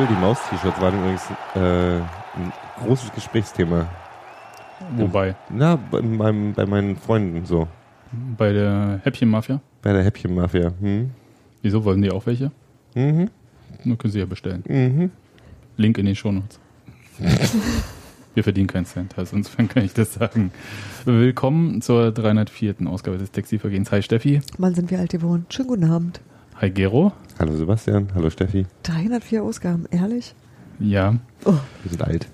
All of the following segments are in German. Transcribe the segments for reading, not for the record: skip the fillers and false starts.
Trottel die Maus-T-Shirts waren übrigens ein großes Gesprächsthema. Wobei? Na, bei meinen Freunden so. Bei der Häppchen-Mafia? Bei der Häppchen-Mafia. Wieso, wollen die auch welche? Mhm. Nur können sie ja bestellen. Mhm. Link in den Shownotes. Wir verdienen keinen Cent, also insofern kann ich das sagen. Willkommen zur 304. Ausgabe des Textilvergehens. Hi Steffi. Wann sind wir alt geworden? Schönen guten Abend. Hi Gero. Hallo Sebastian, hallo Steffi. 304 Ausgaben, ehrlich? Ja. Oh. Wir sind alt.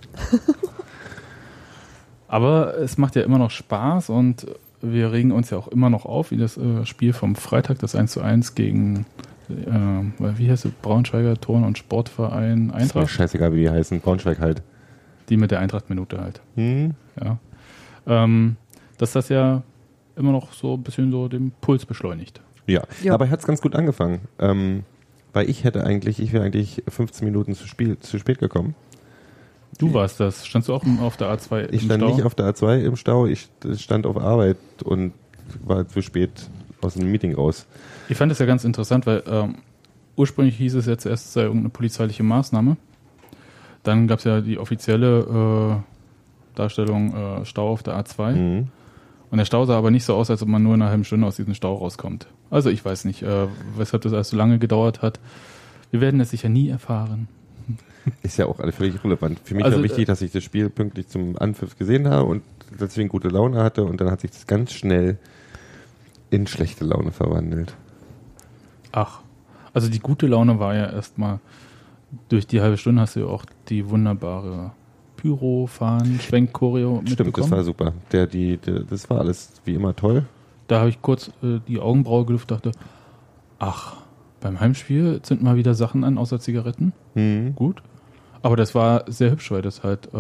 Aber es macht ja immer noch Spaß und wir regen uns ja auch immer noch auf, wie das Spiel vom Freitag, das 1:1 gegen, wie heißt es, Braunschweiger Turn- und Sportverein Eintracht. Ist mir scheißegal, wie die heißen, Braunschweig halt. Die mit der Eintracht-Minute halt. Ja. Dass das ja immer noch so ein bisschen so den Puls beschleunigt. Ja. Aber hat es ganz gut angefangen. Weil ich wäre eigentlich 15 Minuten zu spät gekommen. Du warst das. Standst du auch auf der A2 im Stau? Ich stand nicht auf der A2 im Stau, ich stand auf Arbeit und war zu spät aus dem Meeting raus. Ich fand das ja ganz interessant, weil ursprünglich hieß es ja zuerst, es sei irgendeine polizeiliche Maßnahme. Dann gab es ja die offizielle Darstellung Stau auf der A2. Mhm. Und der Stau sah aber nicht so aus, als ob man nur in einer halben Stunde aus diesem Stau rauskommt. Also ich weiß nicht, weshalb das alles so lange gedauert hat. Wir werden es sicher nie erfahren. Ist ja auch alle völlig irrelevant. Für mich war wichtig, dass ich das Spiel pünktlich zum Anpfiff gesehen habe und deswegen gute Laune hatte und dann hat sich das ganz schnell in schlechte Laune verwandelt. Ach, also die gute Laune war ja erstmal, durch die halbe Stunde hast du ja auch die wunderbare Pyro-Fahren-Schwenk-Choreo mitbekommen. Stimmt, das war super. Das war alles wie immer toll. Da habe ich kurz die Augenbraue gelüftet und dachte, ach, beim Heimspiel zünden mal wieder Sachen an, außer Zigaretten. Gut. Aber das war sehr hübsch, weil das halt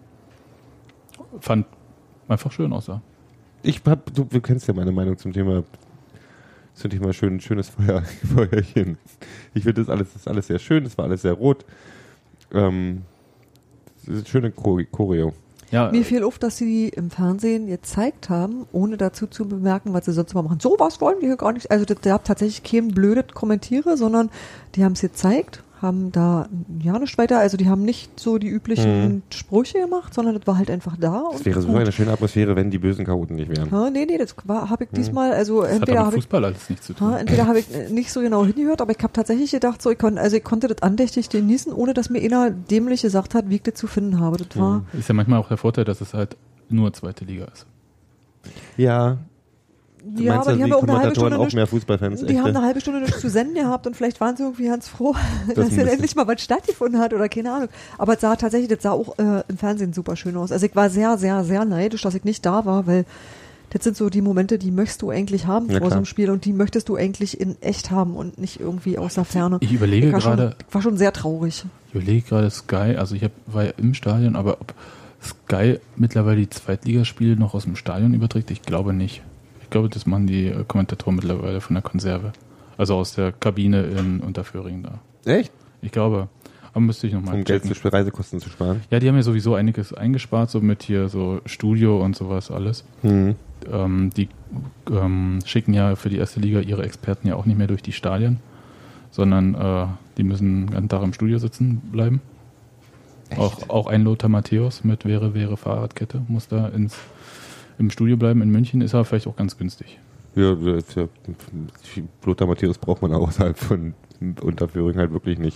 fand einfach schön aussah. Du kennst ja meine Meinung zum Thema schönes Feuerchen. Ich finde das ist alles sehr schön, das war alles sehr rot. Das ist eine schöne Choreo. Ja, Mir fiel auf, dass sie im Fernsehen gezeigt haben, ohne dazu zu bemerken, was sie sonst immer machen. So was wollen die hier gar nicht. Also da gab tatsächlich kein blödes Kommentiere, sondern die haben es gezeigt, haben da ja nicht weiter, also die haben nicht so die üblichen Sprüche gemacht, sondern das war halt einfach da. Das wäre so eine schöne Atmosphäre, wenn die bösen Chaoten nicht wären. Nee, das habe ich diesmal, also das entweder hat habe mit Fußball alles nichts zu tun. Entweder habe ich nicht so genau hingehört, aber ich habe tatsächlich gedacht, so ich konnte das andächtig genießen, ohne dass mir einer dämlich gesagt hat, wie ich das zu finden habe. Das war Ist ja manchmal auch der Vorteil, dass es halt nur zweite Liga ist. Ja. ja, aber die haben ja auch eine halbe Stunde auch mehr Fußballfans. Die haben eine halbe Stunde nichts zu senden gehabt und vielleicht waren sie irgendwie ganz froh, dass dann endlich mal was stattgefunden hat oder keine Ahnung. Aber es sah auch im Fernsehen super schön aus. Also ich war sehr, sehr, sehr neidisch, dass ich nicht da war, weil das sind so die Momente, die möchtest du eigentlich haben vor so einem Spiel und die möchtest du eigentlich in echt haben und nicht irgendwie aus der Ferne. Ich überlege gerade. Ich war schon sehr traurig. Ich überlege gerade Sky, also war ja im Stadion, aber ob Sky mittlerweile die Zweitligaspiele noch aus dem Stadion überträgt, ich glaube nicht. Ich glaube, das machen die Kommentatoren mittlerweile von der Konserve. Also aus der Kabine in Unterföhring da. Echt? Ich glaube. Aber müsste ich nochmal checken. Geld für Reisekosten zu sparen? Ja, die haben ja sowieso einiges eingespart, so mit hier so Studio und sowas alles. Die schicken ja für die erste Liga ihre Experten ja auch nicht mehr durch die Stadien, sondern die müssen den ganzen Tag im Studio sitzen bleiben. Auch ein Lothar Matthäus mit Wäre Fahrradkette muss da im Studio bleiben in München, ist aber vielleicht auch ganz günstig. Ja, Lothar Matthäus braucht man außerhalb von Unterföhring halt wirklich nicht.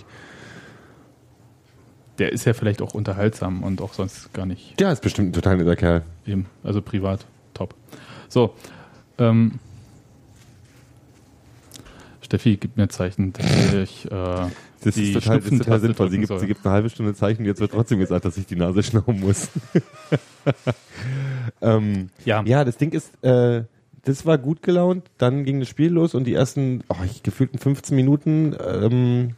Der ist ja vielleicht auch unterhaltsam und auch sonst gar nicht. Ja, ist bestimmt ein total netter Kerl. Eben, also privat, top. So, Steffi gibt mir Zeichen, dass ich das ist total sinnvoll. Sie gibt eine halbe Stunde Zeichen und jetzt wird trotzdem gesagt, dass ich die Nase schnauben muss. Ja, das Ding ist, das war gut gelaunt, dann ging das Spiel los und die ersten gefühlten 15 Minuten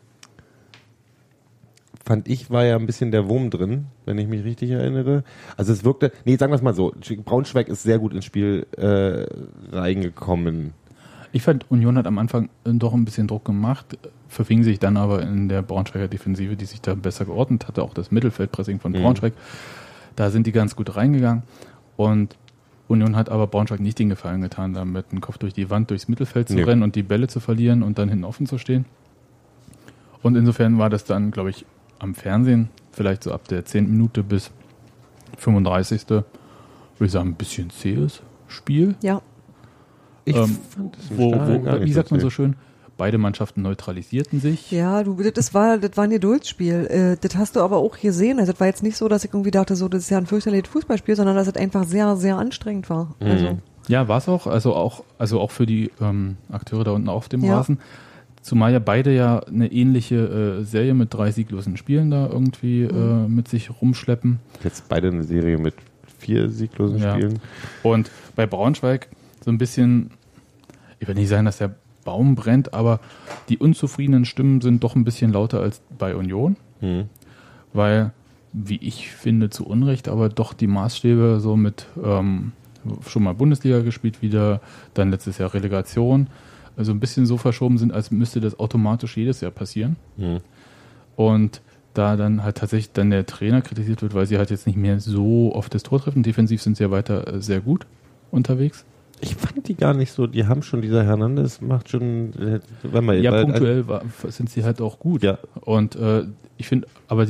fand ich, war ja ein bisschen der Wurm drin, wenn ich mich richtig erinnere. Also es wirkte, sagen wir es mal so, Braunschweig ist sehr gut ins Spiel reingekommen. Ich fand, Union hat am Anfang doch ein bisschen Druck gemacht, verfing sich dann aber in der Braunschweiger Defensive, die sich da besser geordnet hatte, auch das Mittelfeldpressing von Braunschweig. Da sind die ganz gut reingegangen und Union hat aber Braunschweig nicht den Gefallen getan, da mit dem Kopf durch die Wand durchs Mittelfeld zu rennen und die Bälle zu verlieren und dann hinten offen zu stehen. Und insofern war das dann, glaube ich, am Fernsehen, vielleicht so ab der 10. Minute bis 35. würde ich sagen, ein bisschen zähes Spiel. Ja. Ich fand das wie sagt man so schön? Beide Mannschaften neutralisierten sich. Ja, das war ein Geduldsspiel. Das hast du aber auch gesehen. Also das war jetzt nicht so, dass ich irgendwie dachte, so, das ist ja ein fürchterliches Fußballspiel, sondern dass es einfach sehr, sehr anstrengend war. Mhm. Also. Ja, war es auch. Also auch für die Akteure da unten auf dem Rasen. Zumal ja beide ja eine ähnliche Serie mit 3 sieglosen Spielen da irgendwie mit sich rumschleppen. Jetzt beide eine Serie mit 4 sieglosen Spielen. Und bei Braunschweig so ein bisschen, ich will nicht sagen, dass der Baum brennt, aber die unzufriedenen Stimmen sind doch ein bisschen lauter als bei Union, weil, wie ich finde, zu Unrecht, aber doch die Maßstäbe so mit schon mal Bundesliga gespielt wieder, dann letztes Jahr Relegation, also ein bisschen so verschoben sind, als müsste das automatisch jedes Jahr passieren. Und da dann halt tatsächlich dann der Trainer kritisiert wird, weil sie halt jetzt nicht mehr so oft das Tor treffen. Defensiv sind sie ja weiter sehr gut unterwegs. Ich fand die gar nicht so, die haben schon, dieser Hernandez macht schon, wenn man punktuell sind sie halt auch gut. Ja. Und ich finde, aber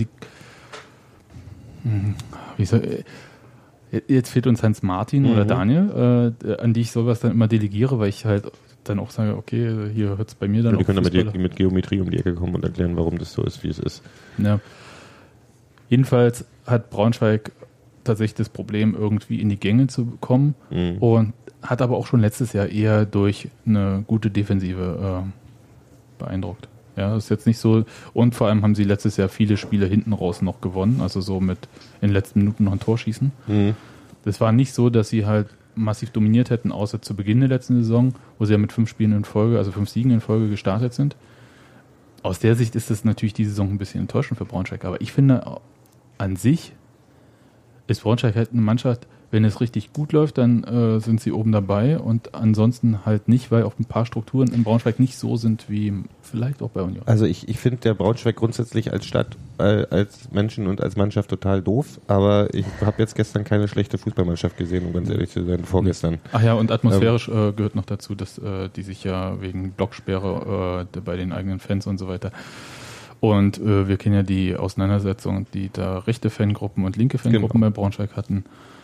jetzt fehlt uns Hans Martin oder Daniel, an die ich sowas dann immer delegiere, weil ich halt dann auch sage, okay, hier hört es bei mir dann die können dann mit Geometrie um die Ecke kommen und erklären, warum das so ist, wie es ist. Ja. Jedenfalls hat Braunschweig tatsächlich das Problem, irgendwie in die Gänge zu kommen und hat aber auch schon letztes Jahr eher durch eine gute Defensive beeindruckt. Ja, das ist jetzt nicht so. Und vor allem haben sie letztes Jahr viele Spiele hinten raus noch gewonnen, also so mit in den letzten Minuten noch ein Tor schießen. Das war nicht so, dass sie halt massiv dominiert hätten, außer zu Beginn der letzten Saison, wo sie ja mit 5 Spielen in Folge, also 5 Siegen in Folge gestartet sind. Aus der Sicht ist das natürlich die Saison ein bisschen enttäuschend für Braunschweig, aber ich finde, an sich ist Braunschweig halt eine Mannschaft, wenn es richtig gut läuft, dann sind sie oben dabei und ansonsten halt nicht, weil auch ein paar Strukturen in Braunschweig nicht so sind wie vielleicht auch bei Union. Also ich finde der Braunschweig grundsätzlich als Stadt, als Menschen und als Mannschaft total doof, aber ich habe jetzt gestern keine schlechte Fußballmannschaft gesehen, um ganz ehrlich zu sein, vorgestern. Ach ja, und atmosphärisch gehört noch dazu, dass die sich ja wegen Blocksperre bei den eigenen Fans und so weiter. Und wir kennen ja die Auseinandersetzungen, die da rechte Fangruppen und linke Fangruppen bei Braunschweig hatten.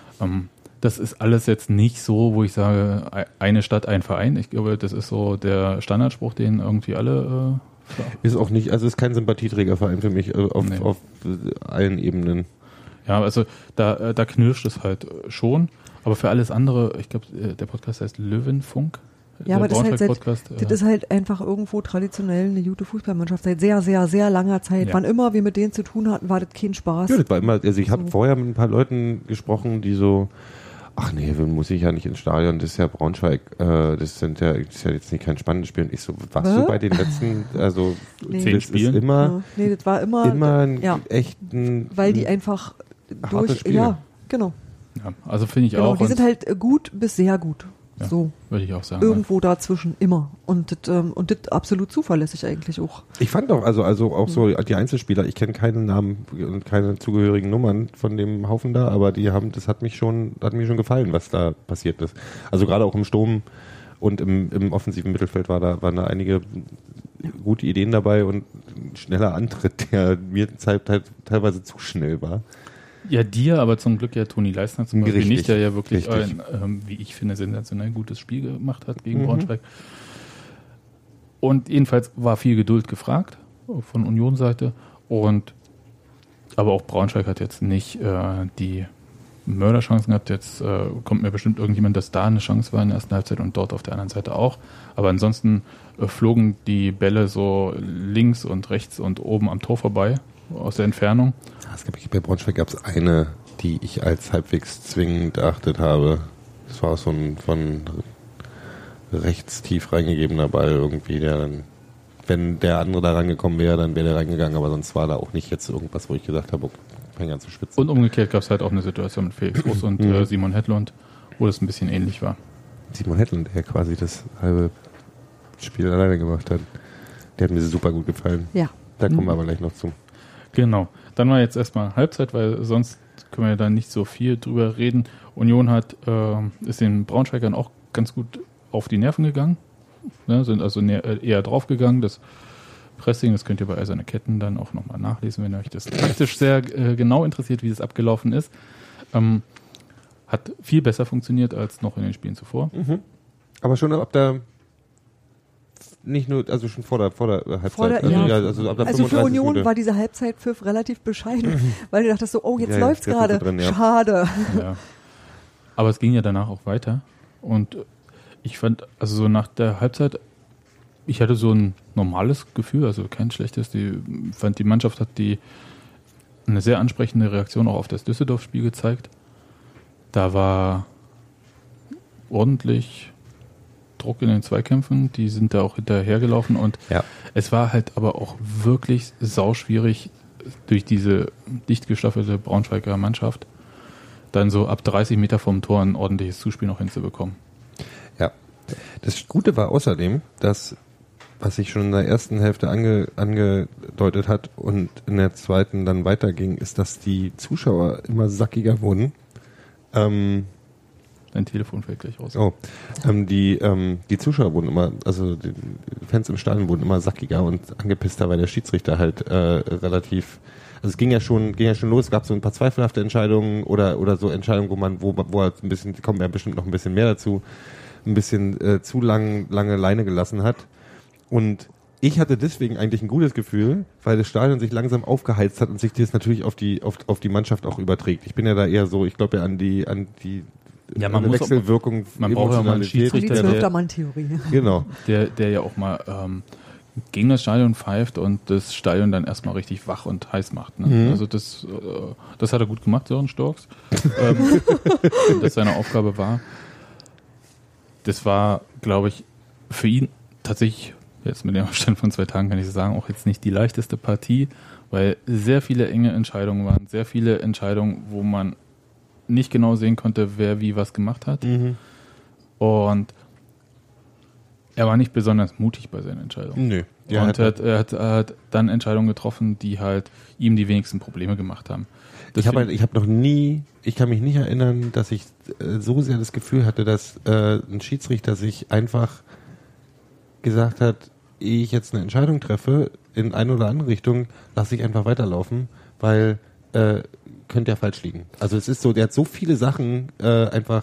Das ist alles jetzt nicht so, wo ich sage, eine Stadt, ein Verein. Ich glaube, das ist so der Standardspruch, den irgendwie alle... ist auch nicht, also ist kein Sympathieträgerverein für mich auf allen Ebenen. Ja, also da knirscht es halt schon. Aber für alles andere, ich glaube, der Podcast heißt Löwenfunk. Ja, aber das ist halt einfach irgendwo traditionell eine gute Fußballmannschaft. Seit sehr, sehr, sehr langer Zeit. Ja. Wann immer wir mit denen zu tun hatten, war das kein Spaß. Ja, das war immer, also ich habe vorher mit ein paar Leuten gesprochen, die so, ach nee, muss ich ja nicht ins Stadion, das ist ja Braunschweig, das ist ja jetzt nicht kein spannendes Spiel. Und ich so, warst du bei den letzten, also 10 Spielen? Ist immer, nee, das war immer ein echten, weil die einfach durch, Spiel. Ja, genau. Ja, also finde ich auch. Die sind halt gut bis sehr gut. Ja, so. Würde ich auch sagen. Irgendwo dazwischen, immer. Und das absolut zuverlässig eigentlich auch. Ich fand auch, also auch so die Einzelspieler, ich kenne keinen Namen und keine zugehörigen Nummern von dem Haufen da, aber das hat mir schon gefallen, was da passiert ist. Also gerade auch im Sturm und im offensiven Mittelfeld waren da einige gute Ideen dabei und ein schneller Antritt, der mir teilweise zu schnell war. Ja, dir, aber zum Glück ja Toni Leistner zum Beispiel Richtig, nicht, der ja wirklich ein, wie ich finde, sensationell gutes Spiel gemacht hat gegen Braunschweig. Und jedenfalls war viel Geduld gefragt von Union-Seite aber auch Braunschweig hat jetzt nicht die Mörderchancen gehabt. Jetzt kommt mir bestimmt irgendjemand, dass da eine Chance war in der ersten Halbzeit und dort auf der anderen Seite auch. Aber ansonsten flogen die Bälle so links und rechts und oben am Tor vorbei aus der Entfernung. Bei Braunschweig gab es eine, die ich als halbwegs zwingend erachtet habe. Das war so ein von rechts tief reingegebener Ball irgendwie, der dann, wenn der andere da rangekommen wäre, dann wäre der reingegangen, aber sonst war da auch nicht jetzt irgendwas, wo ich gesagt habe, okay, fängt an zu schwitzen. Und umgekehrt gab es halt auch eine Situation mit Felix Groß und Simon Hedlund, wo das ein bisschen ähnlich war. Simon Hedlund, der quasi das halbe Spiel alleine gemacht hat. Der hat mir super gut gefallen. Ja. Da kommen wir aber gleich noch zu. Genau. Dann war jetzt erstmal Halbzeit, weil sonst können wir ja da nicht so viel drüber reden. Union ist den Braunschweigern auch ganz gut auf die Nerven gegangen, ne, sind also eher draufgegangen. Das Pressing, das könnt ihr bei Eiserne Ketten dann auch nochmal nachlesen, wenn euch das taktisch sehr genau interessiert, wie das abgelaufen ist. Hat viel besser funktioniert als noch in den Spielen zuvor. Mhm. Aber schon ab der nicht nur, also schon vor der Halbzeit. Also für Union Minute. War diese Halbzeitpfiff relativ bescheiden, weil du dachtest so, oh, jetzt läuft's gerade. Schade. Ja. Aber es ging ja danach auch weiter. Und ich fand, also so nach der Halbzeit, ich hatte so ein normales Gefühl, also kein schlechtes. Die Mannschaft hat eine sehr ansprechende Reaktion auch auf das Düsseldorf-Spiel gezeigt. Da war ordentlich Druck in den Zweikämpfen, die sind da auch hinterhergelaufen und es war halt aber auch wirklich sauschwierig durch diese dicht gestaffelte Braunschweiger Mannschaft dann so ab 30 Meter vom Tor ein ordentliches Zuspiel noch hinzubekommen. Ja, das Gute war außerdem, dass, was sich schon in der ersten Hälfte angedeutet hat und in der zweiten dann weiterging, ist, dass die Zuschauer immer sackiger wurden. Dein Telefon fällt gleich raus. Oh, die Zuschauer wurden immer, also die Fans im Stadion wurden immer sackiger und angepisster, weil der Schiedsrichter halt relativ, also es ging ja schon los, es gab so ein paar zweifelhafte Entscheidungen oder so Entscheidungen, wo er ein bisschen, kommen ja bestimmt noch ein bisschen mehr dazu, ein bisschen zu lange Leine gelassen hat. Und ich hatte deswegen eigentlich ein gutes Gefühl, weil das Stadion sich langsam aufgeheizt hat und sich das natürlich auf die Mannschaft auch überträgt. Ich bin ja da eher so, ich glaube ja an die man Wechselwirkung, man braucht ja mal einen Schiedsrichter, die 12-Mann-Theorie. Genau. Der ja auch mal gegen das Stadion pfeift und das Stadion dann erstmal richtig wach und heiß macht. Ne? Mhm. Also das hat er gut gemacht, Sören Storks. Das seine Aufgabe war. Das war, glaube ich, für ihn tatsächlich, jetzt mit dem Abstand von 2 Tagen kann ich sagen, auch jetzt nicht die leichteste Partie, weil sehr viele enge Entscheidungen waren, sehr viele Entscheidungen, wo man nicht genau sehen konnte, wer wie was gemacht hat. Mhm. Und er war nicht besonders mutig bei seinen Entscheidungen. Nö. Und er hat dann Entscheidungen getroffen, die halt ihm die wenigsten Probleme gemacht haben. Ich kann mich nicht erinnern, dass ich so sehr das Gefühl hatte, dass ein Schiedsrichter sich einfach gesagt hat, ehe ich jetzt eine Entscheidung treffe, in eine oder andere Richtung, lasse ich einfach weiterlaufen, weil könnte ja falsch liegen. Also es ist so, der hat so viele Sachen einfach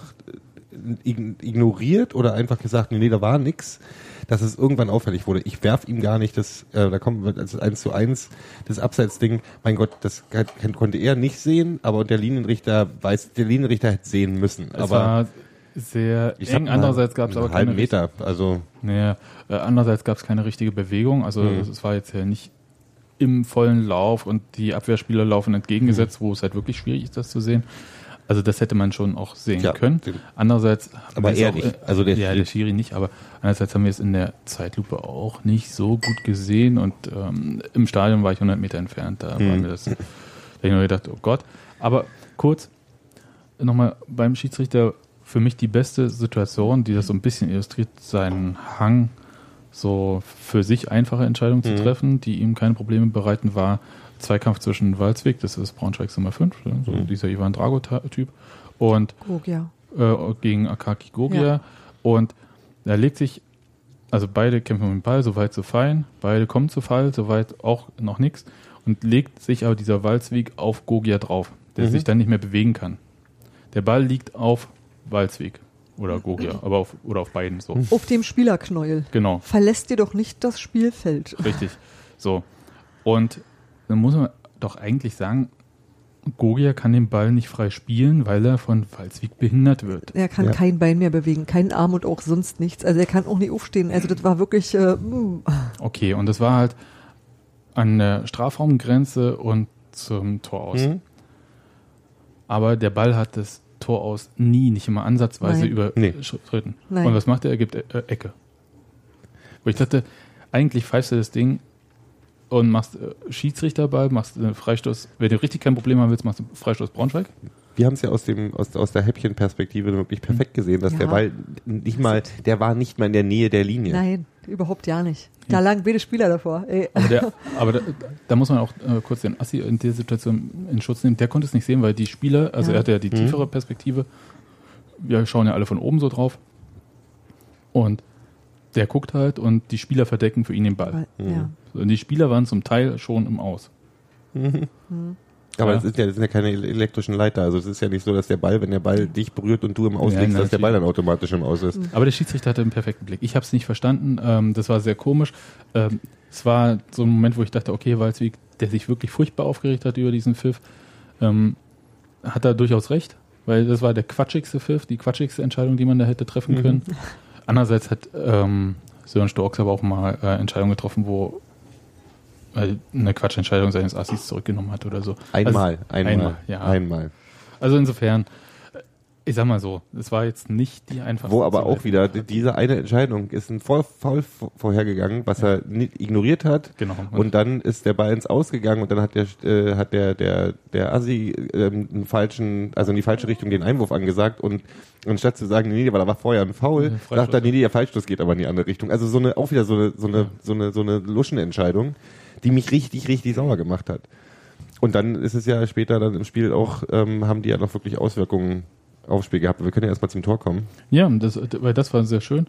ignoriert oder einfach gesagt, nee, da war nix, dass es irgendwann auffällig wurde. Ich werf ihm gar nicht da kommt also 1:1, das Abseitsding, mein Gott, das konnte er nicht sehen, aber der Linienrichter hätte sehen müssen. Es war sehr eng, andererseits gab es aber keine Meter, also andererseits gab es keine richtige Bewegung, also es war jetzt ja nicht im vollen Lauf und die Abwehrspieler laufen entgegengesetzt, wo es halt wirklich schwierig ist, das zu sehen. Also das hätte man schon auch sehen können. Andererseits aber er nicht. Also der Schiri nicht, aber andererseits haben wir es in der Zeitlupe auch nicht so gut gesehen und im Stadion war ich 100 Meter entfernt, da war mir das, da habe ich nur gedacht, oh Gott. Aber kurz nochmal beim Schiedsrichter, für mich die beste Situation, die das so ein bisschen illustriert, seinen Hang, so für sich einfache Entscheidungen zu treffen, die ihm keine Probleme bereiten, war Zweikampf zwischen Walzwig, das ist Braunschweigs Nummer 5, so dieser Ivan Drago-Typ, und Gogia. Gegen Akaki Gogia. Ja. Und er legt sich, also beide kämpfen um den Ball, soweit so fein, beide kommen zu Fall, soweit auch noch nichts, und legt sich aber dieser Walzwig auf Gogia drauf, der sich dann nicht mehr bewegen kann. Der Ball liegt auf Walzwig. Oder Gogia, aber auf beiden so. Auf dem Spielerknäuel. Genau. Verlässt dir doch nicht das Spielfeld. Richtig. So. Und dann muss man doch eigentlich sagen, Gogia kann den Ball nicht frei spielen, weil er von Walzwig behindert wird. Er kann kein Bein mehr bewegen, keinen Arm und auch sonst nichts. Also er kann auch nicht aufstehen. Also das war wirklich... Okay, und das war halt an der Strafraumgrenze und zum Tor aus. Aber der Ball hat das Tor aus nicht immer ansatzweise überschritten. Nein. Und was macht er? Er gibt Ecke. Wo ich dachte, eigentlich pfeifst du das Ding und machst Schiedsrichterball, machst einen Freistoß. Wenn du richtig kein Problem haben willst, machst du Freistoß Braunschweig. Wir haben es ja aus der Häppchenperspektive wirklich perfekt gesehen, dass der Ball der war nicht mal in der Nähe der Linie. Nein, überhaupt ja nicht. Da lagen beide Spieler davor. Aber da muss man auch kurz den Assi in der Situation in Schutz nehmen. Der konnte es nicht sehen, weil die Spieler, er hatte ja die tiefere Perspektive. Wir schauen ja alle von oben so drauf. Und Der guckt halt und die Spieler verdecken für ihn den Ball. Ja. Und die Spieler waren zum Teil schon im Aus. Aber das sind ja keine elektrischen Leiter. Also es ist ja nicht so, dass der Ball, wenn der Ball dich berührt und du im Aus liegst, dass der Ball dann automatisch im Aus ist. Aber der Schiedsrichter hatte einen perfekten Blick. Ich habe es nicht verstanden. Das war sehr komisch. Es war so ein Moment, wo ich dachte, okay, Walswig, der sich wirklich furchtbar aufgeregt hat über diesen Pfiff, hat er durchaus recht, weil das war der quatschigste Pfiff, die quatschigste Entscheidung, die man da hätte treffen können. Andererseits hat Sören Storks aber auch mal Entscheidungen getroffen, wo eine Quatschentscheidung seines Assis zurückgenommen hat oder so. Einmal. Also insofern, ich sag mal so, es war jetzt nicht die einfachste. Wo aber auch wieder, diese eine Entscheidung ist ein Faul vorhergegangen, was er ignoriert hat. Genau. Und dann ist der Ball ins Ausgegangen und dann hat der Assi in die falsche Richtung den Einwurf angesagt und anstatt zu sagen, nee, weil da war vorher ein Foul, sagt er, nee, der Freistoß geht aber in die andere Richtung. Also so eine Luschenentscheidung, die mich richtig, richtig sauer gemacht hat. Und dann ist es ja später dann im Spiel auch, haben die ja noch wirklich Auswirkungen aufs Spiel gehabt. Wir können ja erstmal zum Tor kommen. Ja, weil das war sehr schön.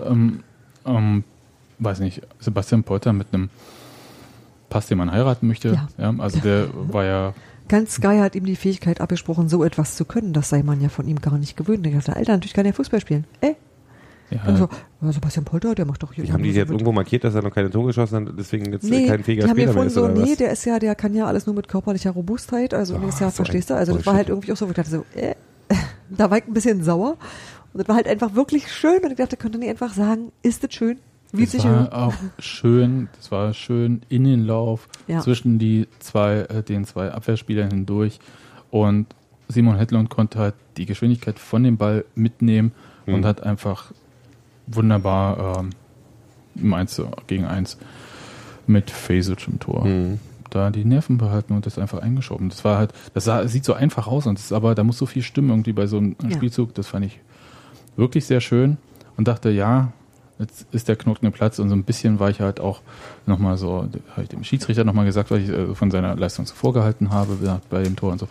Weiß nicht, Sebastian Polter mit einem Pass, den man heiraten möchte. Ja, also der war ja... Ganz Sky hat ihm die Fähigkeit abgesprochen, so etwas zu können. Das sei man ja von ihm gar nicht gewöhnt. Der dachte, Alter, natürlich kann er Fußball spielen. Ja. Also, Sebastian Polter, der macht doch hier... Die haben die jetzt irgendwo markiert, dass er noch keine Tore geschossen hat, deswegen jetzt kein fähiger Spieler mehr ist, oder was? Der kann ja alles nur mit körperlicher Robustheit, also verstehst du? Also das war halt irgendwie auch so, wo ich dachte so, da war ich ein bisschen sauer. Und das war halt einfach wirklich schön und ich dachte, könnte nicht einfach sagen, ist das schön? Das war auch schön, das war schön Innenlauf zwischen den zwei Abwehrspielern hindurch und Simon Hedlund konnte halt die Geschwindigkeit von dem Ball mitnehmen und hat einfach wunderbar im 1-gegen-1 mit Fesic im Tor da die Nerven behalten und das einfach eingeschoben. Das war halt, sieht so einfach aus und da muss so viel stimmen irgendwie bei so einem Spielzug. Das fand ich wirklich sehr schön und dachte, jetzt ist der Knoten geplatzt und so ein bisschen war ich halt auch nochmal so, habe ich dem Schiedsrichter nochmal gesagt, was ich von seiner Leistung zuvor gehalten habe bei dem Tor und so.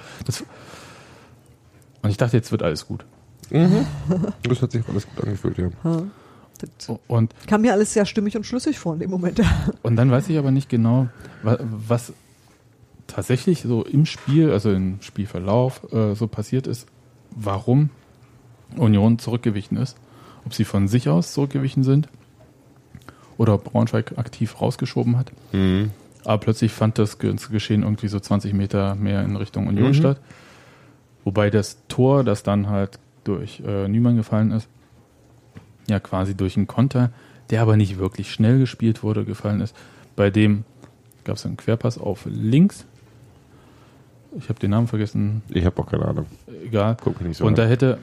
Und ich dachte, jetzt wird alles gut. Das hat sich alles gut angefühlt, ja. Und kam mir alles sehr stimmig und schlüssig vor in dem Moment. Und dann weiß ich aber nicht genau, was tatsächlich so im Spiel, also im Spielverlauf so passiert ist, warum Union zurückgewichen ist. Ob sie von sich aus zurückgewichen sind oder ob Braunschweig aktiv rausgeschoben hat. Aber plötzlich fand das Geschehen irgendwie so 20 Meter mehr in Richtung Union statt. Wobei das Tor, das dann halt durch Nyman gefallen ist, ja quasi durch einen Konter, der aber nicht wirklich schnell gespielt wurde, gefallen ist. Bei dem gab es einen Querpass auf links. Ich habe den Namen vergessen. Ich habe auch keine Ahnung. Egal. Guck nicht so und da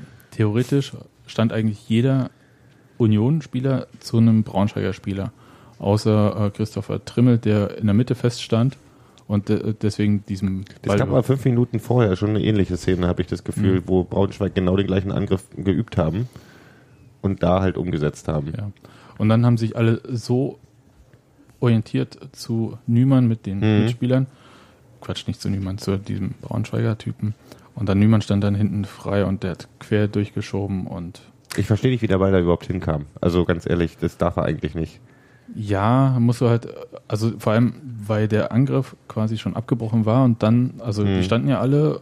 stand eigentlich jeder Union-Spieler zu einem Braunschweiger Spieler. Außer Christopher Trimmel, der in der Mitte feststand und deswegen diesem Ball... Es gab mal 5 Minuten vorher schon eine ähnliche Szene, habe ich das Gefühl, wo Braunschweig genau den gleichen Angriff geübt haben und da halt umgesetzt haben. Ja. Und dann haben sich alle so orientiert zu Nyman mit den Mitspielern. Quatsch, nicht zu Nyman, zu diesem Braunschweiger Typen. Und dann Nyman stand dann hinten frei und der hat quer durchgeschoben und... Ich verstehe nicht, wie der Ball da überhaupt hinkam. Also ganz ehrlich, das darf er eigentlich nicht. Ja, musst du halt, also vor allem, weil der Angriff quasi schon abgebrochen war und dann, also die standen ja alle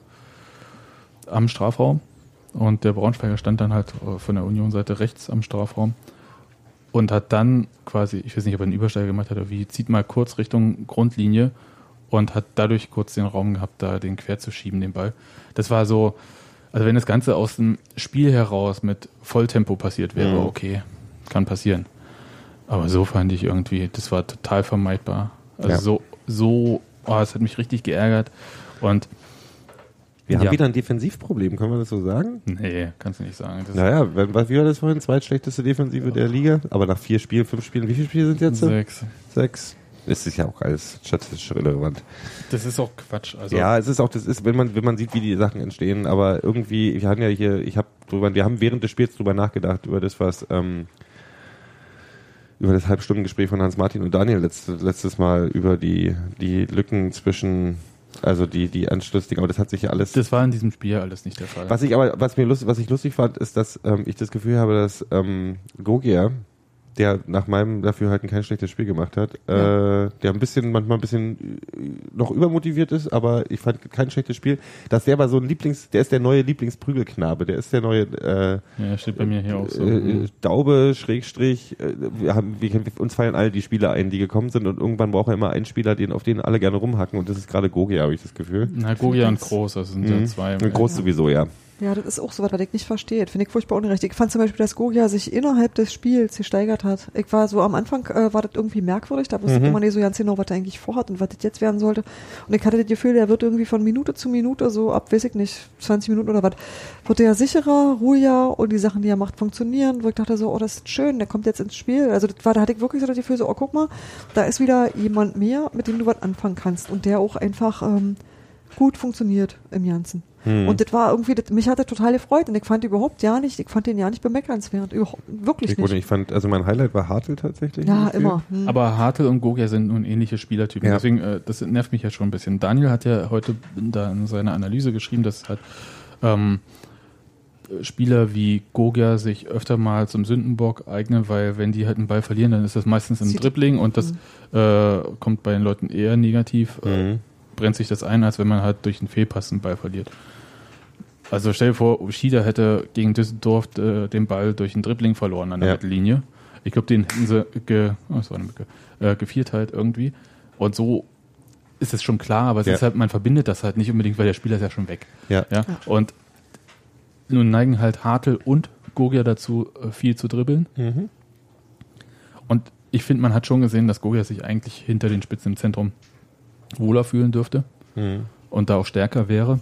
am Strafraum und der Braunschweiger stand dann halt von der Union-Seite rechts am Strafraum und hat dann quasi, ich weiß nicht, ob er einen Übersteiger gemacht hat oder wie, zieht mal kurz Richtung Grundlinie und hat dadurch kurz den Raum gehabt, da den quer zu schieben, den Ball. Das war so, also wenn das Ganze aus dem Spiel heraus mit Volltempo passiert wäre, okay, kann passieren. Aber so fand ich irgendwie, das war total vermeidbar. Also es hat mich richtig geärgert. Und wir haben wieder ein Defensivproblem, können wir das so sagen? Nee, kannst du nicht sagen. Wie war das vorhin? Zweitschlechteste Defensive der Liga? Aber nach 4 Spielen, 5 Spielen, wie viele Spiele sind jetzt? 6. Das ist ja auch alles statistisch irrelevant. Das ist auch Quatsch. Also ja, es ist auch, wenn man sieht, wie die Sachen entstehen, aber irgendwie, wir haben während des Spiels drüber nachgedacht, über das, was, über das Halbstundengespräch von Hans-Martin und Daniel letztes Mal über die Lücken zwischen, also die Anschlussdinge, aber das hat sich ja alles... Das war in diesem Spiel alles nicht der Fall. Was ich lustig fand, ist, dass ich das Gefühl habe, dass Gogia der nach meinem Dafürhalten kein schlechtes Spiel gemacht hat, der manchmal ein bisschen noch übermotiviert ist, aber ich fand kein schlechtes Spiel. Der war so ein der ist der neue Lieblingsprügelknabe, der ist der neue steht bei mir hier auch so. Daube, Schrägstrich, uns fallen alle die Spieler ein, die gekommen sind und irgendwann braucht er immer einen Spieler, auf den alle gerne rumhacken und das ist gerade Gogia, habe ich das Gefühl. Na, Gogia und Groß, das sind ja zwei. Groß sowieso, ja. Ja, das ist auch so was ich nicht verstehe. Finde ich furchtbar unrecht. Ich fand zum Beispiel, dass Gogia sich innerhalb des Spiels gesteigert hat. Ich war so am Anfang, war das irgendwie merkwürdig. Da wusste ich immer nicht so ganz genau, was er eigentlich vorhat und was das jetzt werden sollte. Und ich hatte das Gefühl, der wird irgendwie von Minute zu Minute, so ab, weiß ich nicht, 20 Minuten oder was, wird er sicherer, ruhiger und die Sachen, die er macht, funktionieren. Wo ich dachte so, oh, das ist schön, der kommt jetzt ins Spiel. Also da hatte ich wirklich so das Gefühl, so, oh, guck mal, da ist wieder jemand mehr, mit dem du was anfangen kannst und der auch einfach gut funktioniert im Ganzen. Und das war irgendwie, mich hat das total gefreut und ich fand den ja nicht bemeckernswert. Wirklich nicht. Ich fand, also mein Highlight war Hartl tatsächlich. Ja, immer. Aber Hartl und Gogia sind nun ähnliche Spielertypen. Ja. Deswegen, das nervt mich ja schon ein bisschen. Daniel hat ja heute da in seiner Analyse geschrieben, dass halt Spieler wie Gogia sich öfter mal zum Sündenbock eignen, weil wenn die halt einen Ball verlieren, dann ist das meistens im Dribbling und das kommt bei den Leuten eher negativ. Brennt sich das ein, als wenn man halt durch einen Fehlpass einen Ball verliert. Also stell dir vor, Ushida hätte gegen Düsseldorf den Ball durch ein Dribbling verloren an der Mittellinie. Ich glaube, den hätten sie gevierteilt irgendwie. Und so ist es schon klar, aber es ist halt, man verbindet das halt nicht unbedingt, weil der Spieler ist ja schon weg. Ja. Und nun neigen halt Hartl und Gogia dazu, viel zu dribbeln. Und ich finde, man hat schon gesehen, dass Gogia sich eigentlich hinter den Spitzen im Zentrum wohler fühlen dürfte und da auch stärker wäre,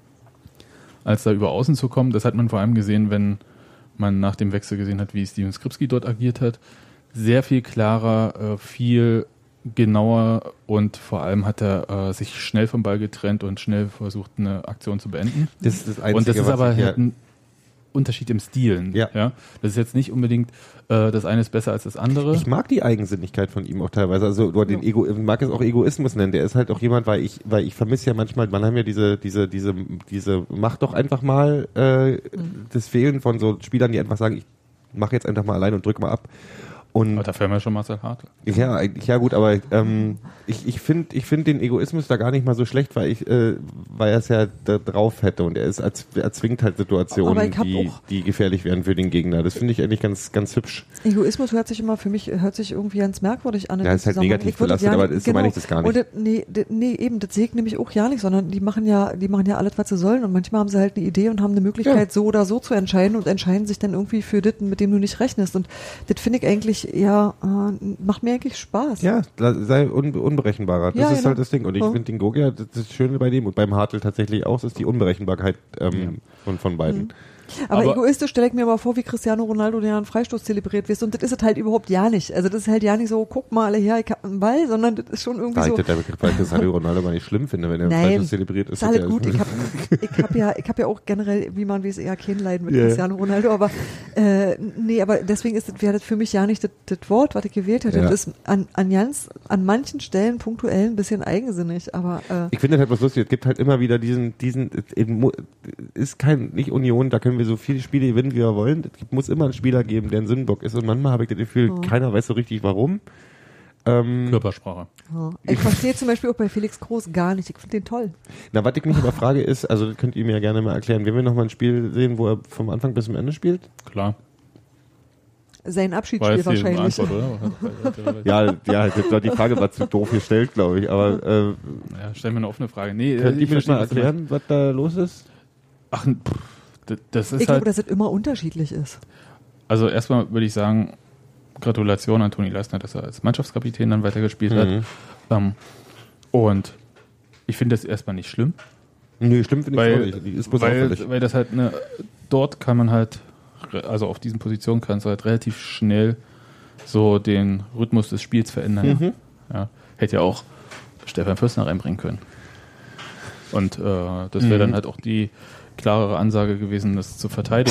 als da über außen zu kommen. Das hat man vor allem gesehen, wenn man nach dem Wechsel gesehen hat, wie Steven Skripski dort agiert hat. Sehr viel klarer, viel genauer und vor allem hat er sich schnell vom Ball getrennt und schnell versucht, eine Aktion zu beenden. Das ist das Einzige, und das ist aber halt ein Unterschied im Stilen. Ja. Das ist jetzt nicht unbedingt, das eine ist besser als das andere. Ich mag die Eigensinnigkeit von ihm auch teilweise. Also ich mag es auch Egoismus nennen. Der ist halt auch jemand, weil ich vermisse ja manchmal, man haben ja diese mach doch einfach mal das Fehlen von so Spielern, die einfach sagen, ich mache jetzt einfach mal allein und drück mal ab. Aber dafür haben wir schon Marcel Hartl. Ja gut, aber ich finde den Egoismus da gar nicht mal so schlecht, weil er es ja da drauf hätte und er erzwingt halt Situationen, die gefährlich werden für den Gegner. Das finde ich eigentlich ganz, ganz hübsch. Egoismus hört sich irgendwie ganz merkwürdig an. Ja, ist halt negativ belastet, aber so meine ich das gar nicht. Und das sehe ich nämlich auch ja nicht, sondern die machen ja alles, was sie sollen und manchmal haben sie halt eine Idee und haben eine Möglichkeit, so oder so zu entscheiden und entscheiden sich dann irgendwie für das, mit dem du nicht rechnest und das finde ich eigentlich macht mir eigentlich Spaß. Ja, sei unberechenbarer. Das ist halt das Ding. Und ich finde den Gogia, das Schöne bei dem und beim Hartl tatsächlich auch, ist die Unberechenbarkeit von beiden. Aber egoistisch stelle ich mir aber vor, wie Cristiano Ronaldo, der einen Freistoß zelebriert wird. Und das ist es halt überhaupt ja nicht. Also das ist halt ja nicht so, guck mal alle her, ich hab einen Ball, sondern das ist schon irgendwie so. Der Begriff, weil ich Cristiano Ronaldo gar nicht schlimm finde, wenn er einen Freistoß zelebriert. Ist alles gut. Ich hab ja auch generell, wie man weiß, eher kein Leiden mit Cristiano Ronaldo. Aber aber deswegen wäre das für mich ja nicht das Wort, was ich gewählt hätte. Das ist an manchen Stellen punktuell ein bisschen eigensinnig. Aber ich finde das halt was lustig. Es gibt halt immer wieder diesen ist nicht Union, da können wir so viele Spiele gewinnen, wie wir wollen. Es muss immer einen Spieler geben, der ein Sündenbock ist. Und manchmal habe ich das Gefühl, keiner weiß so richtig, warum. Körpersprache. Ich verstehe zum Beispiel auch bei Felix Groß gar nicht. Ich finde den toll. Na, was ich mich aber frage ist, also das könnt ihr mir ja gerne mal erklären, wenn wir nochmal ein Spiel sehen, wo er vom Anfang bis zum Ende spielt? Klar. Sein Abschiedsspiel wahrscheinlich. Antwort, oder? Ja, die Frage war zu doof gestellt, glaube ich. Aber stellen wir eine offene Frage. Könnt ihr mir das mal erklären, was da los ist? Das ist ich glaube, dass es immer unterschiedlich ist. Also erstmal würde ich sagen, Gratulation an Toni Leistner, dass er als Mannschaftskapitän dann weitergespielt hat. Und ich finde das erstmal nicht schlimm. Nee, schlimm finde ich auch nicht. Ist bloß auffällig. Weil das halt dort kann man halt, also auf diesen Positionen kannst du halt relativ schnell so den Rhythmus des Spiels verändern. Ja, hätte ja auch Stefan Fürstner reinbringen können. Und das wäre dann halt auch die klarere Ansage gewesen, das zu verteidigen.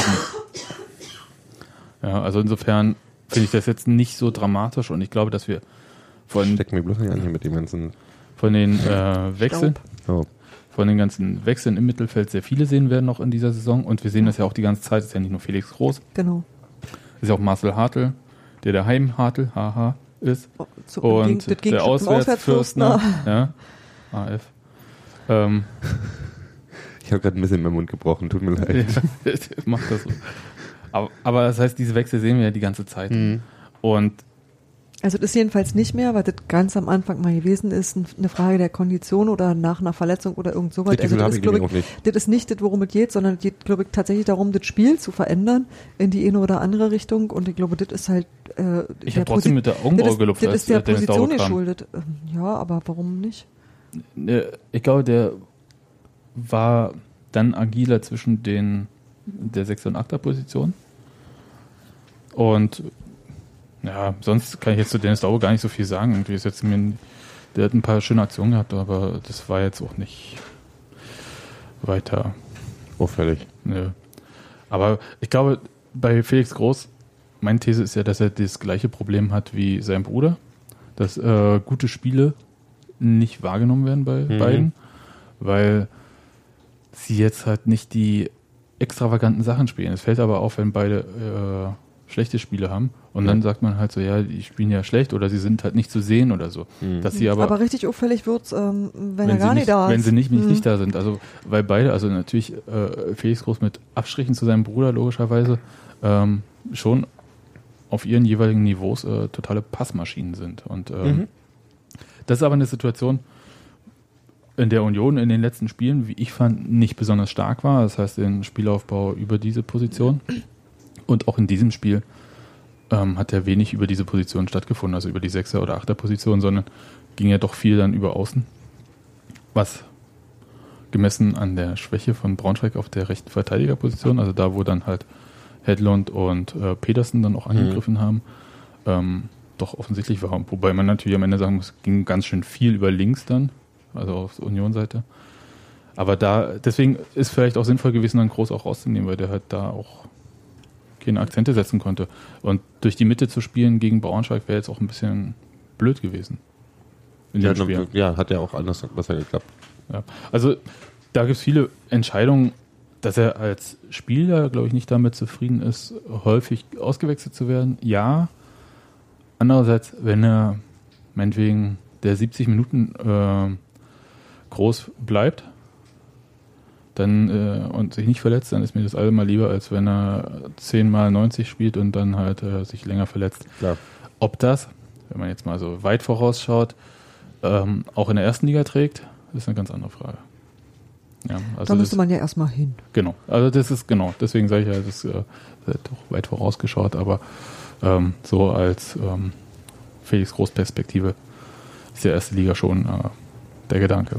Ja, also insofern finde ich das jetzt nicht so dramatisch und ich glaube, dass wir steck mir bloß nicht an hier mit dem ganzen von den Wechseln, von den ganzen Wechseln im Mittelfeld sehr viele sehen werden noch in dieser Saison und wir sehen das ja auch die ganze Zeit, das ist ja nicht nur Felix Groß. Genau. Das ist ja auch Marcel Hartl, der Heimhartl, haha, ist. Und der Auswärtsfürstner, ja, AF. Ich habe gerade ein bisschen in meinen Mund gebrochen, tut mir leid. Ja, macht das so. Aber das heißt, diese Wechsel sehen wir ja die ganze Zeit. Und also das jedenfalls nicht mehr, weil das ganz am Anfang mal gewesen ist, eine Frage der Kondition oder nach einer Verletzung oder irgend sowas. Also das ist nicht das, worum es geht, sondern es geht, glaube ich, tatsächlich darum, das Spiel zu verändern in die eine oder andere Richtung. Und ich glaube, das ist halt ich habe trotzdem mit der Augenbraue gelupft. Das ist der Position geschuldet. Ja, aber warum nicht? Ich glaube, der war dann agiler zwischen der 6er und 8er Position. Und ja, sonst kann ich jetzt zu Dennis Daube gar nicht so viel sagen. Irgendwie ist jetzt der hat ein paar schöne Aktionen gehabt, aber das war jetzt auch nicht weiter auffällig. Nö. Aber ich glaube, bei Felix Groß, meine These ist ja, dass er das gleiche Problem hat wie sein Bruder, dass gute Spiele nicht wahrgenommen werden bei beiden, weil sie jetzt halt nicht die extravaganten Sachen spielen. Es fällt aber auf, wenn beide schlechte Spiele haben und dann sagt man halt so, ja, die spielen ja schlecht oder sie sind halt nicht zu sehen oder so. Dass sie aber richtig auffällig wird's, wenn er gar nicht da ist. Wenn sie nicht da sind. Also, weil beide, also natürlich Felix Groß mit Abstrichen zu seinem Bruder logischerweise schon auf ihren jeweiligen Niveaus totale Passmaschinen sind. Und das ist aber eine Situation, in der Union in den letzten Spielen, wie ich fand, nicht besonders stark war. Das heißt, den Spielaufbau über diese Position. Und auch in diesem Spiel hat ja wenig über diese Position stattgefunden, also über die 6er oder 8er Position, sondern ging ja doch viel dann über Außen. Was gemessen an der Schwäche von Braunschweig auf der rechten Verteidigerposition, also da, wo dann halt Hedlund und Pedersen dann auch angegriffen haben, doch offensichtlich war. Wobei man natürlich am Ende sagen muss, ging ganz schön viel über links dann, also auf Union-Seite. Aber deswegen ist vielleicht auch sinnvoll gewesen, dann Groß auch rauszunehmen, weil der halt da auch keine Akzente setzen konnte. Und durch die Mitte zu spielen gegen Braunschweig wäre jetzt auch ein bisschen blöd gewesen. In dem Spiel. Ja, hat ja auch anders besser geklappt. Ja. Also da gibt es viele Entscheidungen, dass er als Spieler, glaube ich, nicht damit zufrieden ist, häufig ausgewechselt zu werden. Ja. Andererseits, wenn er meinetwegen der 70 Minuten groß bleibt, dann und sich nicht verletzt, dann ist mir das allemal lieber, als wenn er 10 mal 90 spielt und dann halt sich länger verletzt. Klar. Ob das, wenn man jetzt mal so weit vorausschaut, auch in der ersten Liga trägt, ist eine ganz andere Frage. Ja, also da müsste man ja erstmal hin. Genau, also das ist genau, deswegen sage ich ja, das ist doch weit vorausgeschaut, aber so als Felix Groß Perspektive ist die erste Liga schon der Gedanke.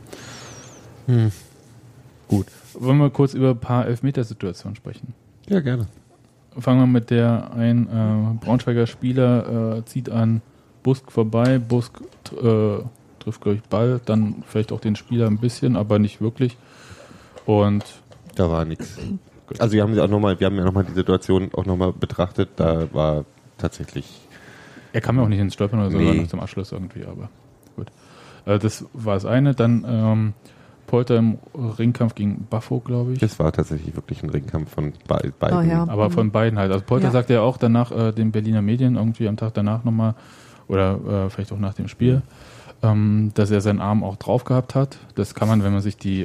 Gut. Wollen wir kurz über ein paar Elfmetersituationen sprechen? Ja, gerne. Fangen wir mit der ein Braunschweiger Spieler zieht an Busk vorbei. Busk trifft, glaube ich, Ball, dann vielleicht auch den Spieler ein bisschen, aber nicht wirklich. Und da war nichts. Also wir haben ja nochmal die Situation auch nochmal betrachtet. Da war tatsächlich. Er kam ja auch nicht ins Stolpern oder so, war noch zum Abschluss irgendwie, aber gut. Das war das eine. Dann Polter im Ringkampf gegen Baffo, glaube ich. Das war tatsächlich wirklich ein Ringkampf von beiden. Oh, ja. Aber von beiden halt. Also Polter sagte ja auch danach den Berliner Medien irgendwie am Tag danach nochmal oder vielleicht auch nach dem Spiel, dass er seinen Arm auch drauf gehabt hat. Das kann man, wenn man sich die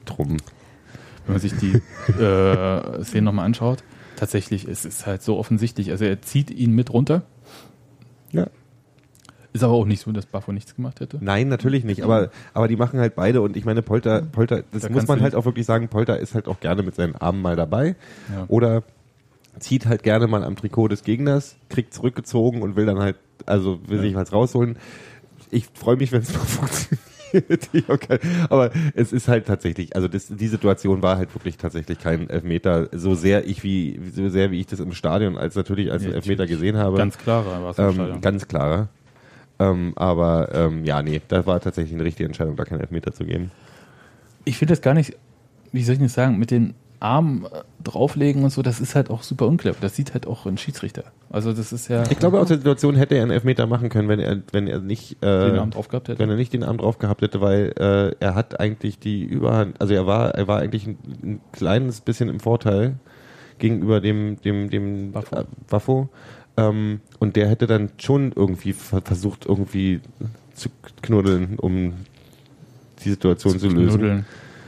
Szenen nochmal anschaut. Tatsächlich ist es halt so offensichtlich. Also er zieht ihn mit runter. Ja. Ist aber auch nicht so, dass Baffo nichts gemacht hätte. Nein, natürlich nicht. Aber die machen halt beide. Und ich meine, Polter, das muss man halt auch wirklich sagen, Polter ist halt auch gerne mit seinen Armen mal dabei. Ja. Oder zieht halt gerne mal am Trikot des Gegners, kriegt zurückgezogen und will dann halt, also will sich was rausholen. Ich freue mich, wenn es noch funktioniert. Okay. Aber es ist halt tatsächlich, also die Situation war halt wirklich tatsächlich kein Elfmeter, so sehr wie ich das im Stadion als einen Elfmeter gesehen habe. Ganz klarer war es im Stadion. Ganz klarer. Da war tatsächlich eine richtige Entscheidung, da keinen Elfmeter zu geben. Ich finde das gar nicht, wie soll ich das sagen, mit den Armen drauflegen und so, das ist halt auch super unclever. Das sieht halt auch ein Schiedsrichter. Also das ist ja. Ich glaube, aus der Situation hätte er einen Elfmeter machen können, wenn er nicht den Arm drauf gehabt hätte. Wenn er nicht den Arm drauf gehabt hätte, weil er hat eigentlich die Überhand, also er war eigentlich ein kleines bisschen im Vorteil gegenüber dem Baffo. Und der hätte dann schon irgendwie versucht, irgendwie zu knuddeln, um die Situation zu lösen.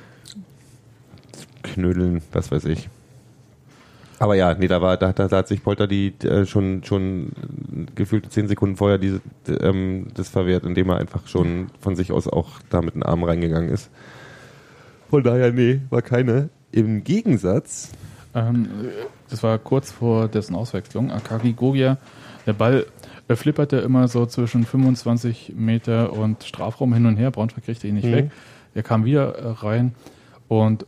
Knödeln, was weiß ich. Aber ja, nee, da hat sich Polter schon gefühlt 10 Sekunden vorher das verwehrt, indem er einfach schon von sich aus auch da mit den Armen reingegangen ist. Von daher, nee, war keine. Im Gegensatz. Das war kurz vor dessen Auswechslung. Akagi Gogia, der Ball flipperte immer so zwischen 25 Meter und Strafraum hin und her. Braunschweig kriegte ihn nicht weg. Er kam wieder rein und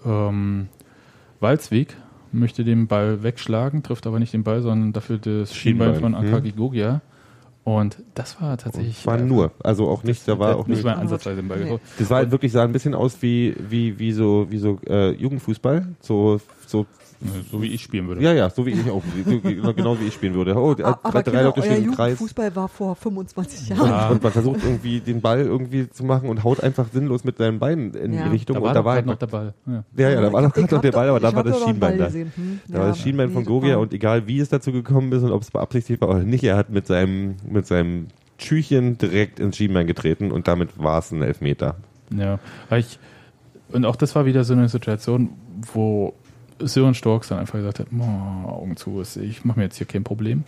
Walzwig möchte den Ball wegschlagen, trifft aber nicht den Ball, sondern dafür das Schienbein von Akagi Gogia. Und das war tatsächlich... War nur, also auch nicht, da war auch nicht mal ansatzweise den Ball geholt. Das war halt wirklich, sah ein bisschen aus wie so Jugendfußball, so wie ich spielen würde. Ja, so wie ich auch, genau wie ich spielen würde. Oh, aber drei Leute stehen im Kreis. Fußball war vor 25 Jahren. Und man versucht irgendwie den Ball irgendwie zu machen und haut einfach sinnlos mit seinen Beinen in die Richtung. Da war halt noch der Ball. Ja, da war noch gerade noch der Ball, aber da war das Schienbein da. Da war das Schienbein von Gogia und egal wie es dazu gekommen ist und ob es beabsichtigt war oder nicht, er hat mit seinem Schüchchen direkt ins Schienbein getreten und damit war es ein Elfmeter. Ja, und auch das war wieder so eine Situation, wo Sören Storks dann einfach gesagt hat, Augen zu, ich mache mir jetzt hier kein Problem.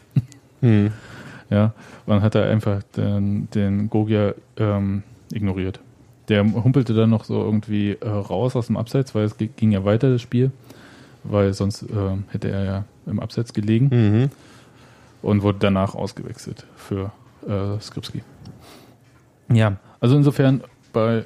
Ja, und dann hat er einfach den Gogia ignoriert. Der humpelte dann noch so irgendwie raus aus dem Abseits, weil es ging ja weiter, das Spiel, weil sonst hätte er ja im Abseits gelegen und wurde danach ausgewechselt für Skripski. Ja, also insofern bei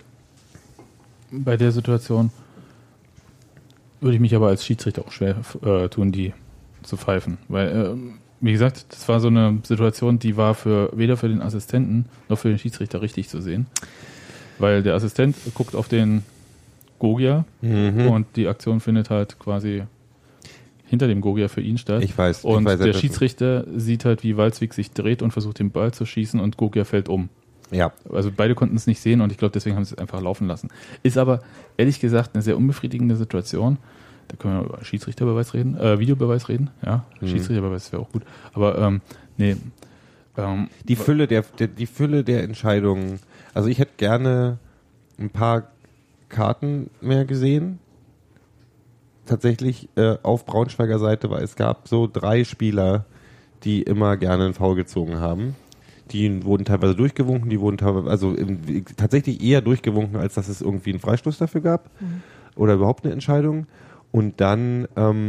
der Situation würde ich mich aber als Schiedsrichter auch schwer tun, die zu pfeifen. Weil, wie gesagt, das war so eine Situation, die war weder für den Assistenten noch für den Schiedsrichter richtig zu sehen. Weil der Assistent guckt auf den Gogia und die Aktion findet halt quasi hinter dem Gogia für ihn statt. Ich weiß. Und der Schiedsrichter sieht halt, wie Walzwig sich dreht und versucht, den Ball zu schießen und Gogia fällt um. Ja. Also beide konnten es nicht sehen und ich glaube, deswegen haben sie es einfach laufen lassen. Ist aber, ehrlich gesagt, eine sehr unbefriedigende Situation. Da können wir über Schiedsrichterbeweis reden, Videobeweis reden. Ja, Schiedsrichterbeweis wäre auch gut. Aber, nee. Die Fülle der Entscheidungen. Also ich hätte gerne ein paar Karten mehr gesehen. Tatsächlich auf Braunschweiger Seite, weil es gab so 3 Spieler, die immer gerne einen Foul gezogen haben. Die wurden teilweise durchgewunken, die wurden teilweise, tatsächlich eher durchgewunken, als dass es irgendwie einen Freistoß dafür gab oder überhaupt eine Entscheidung. Und dann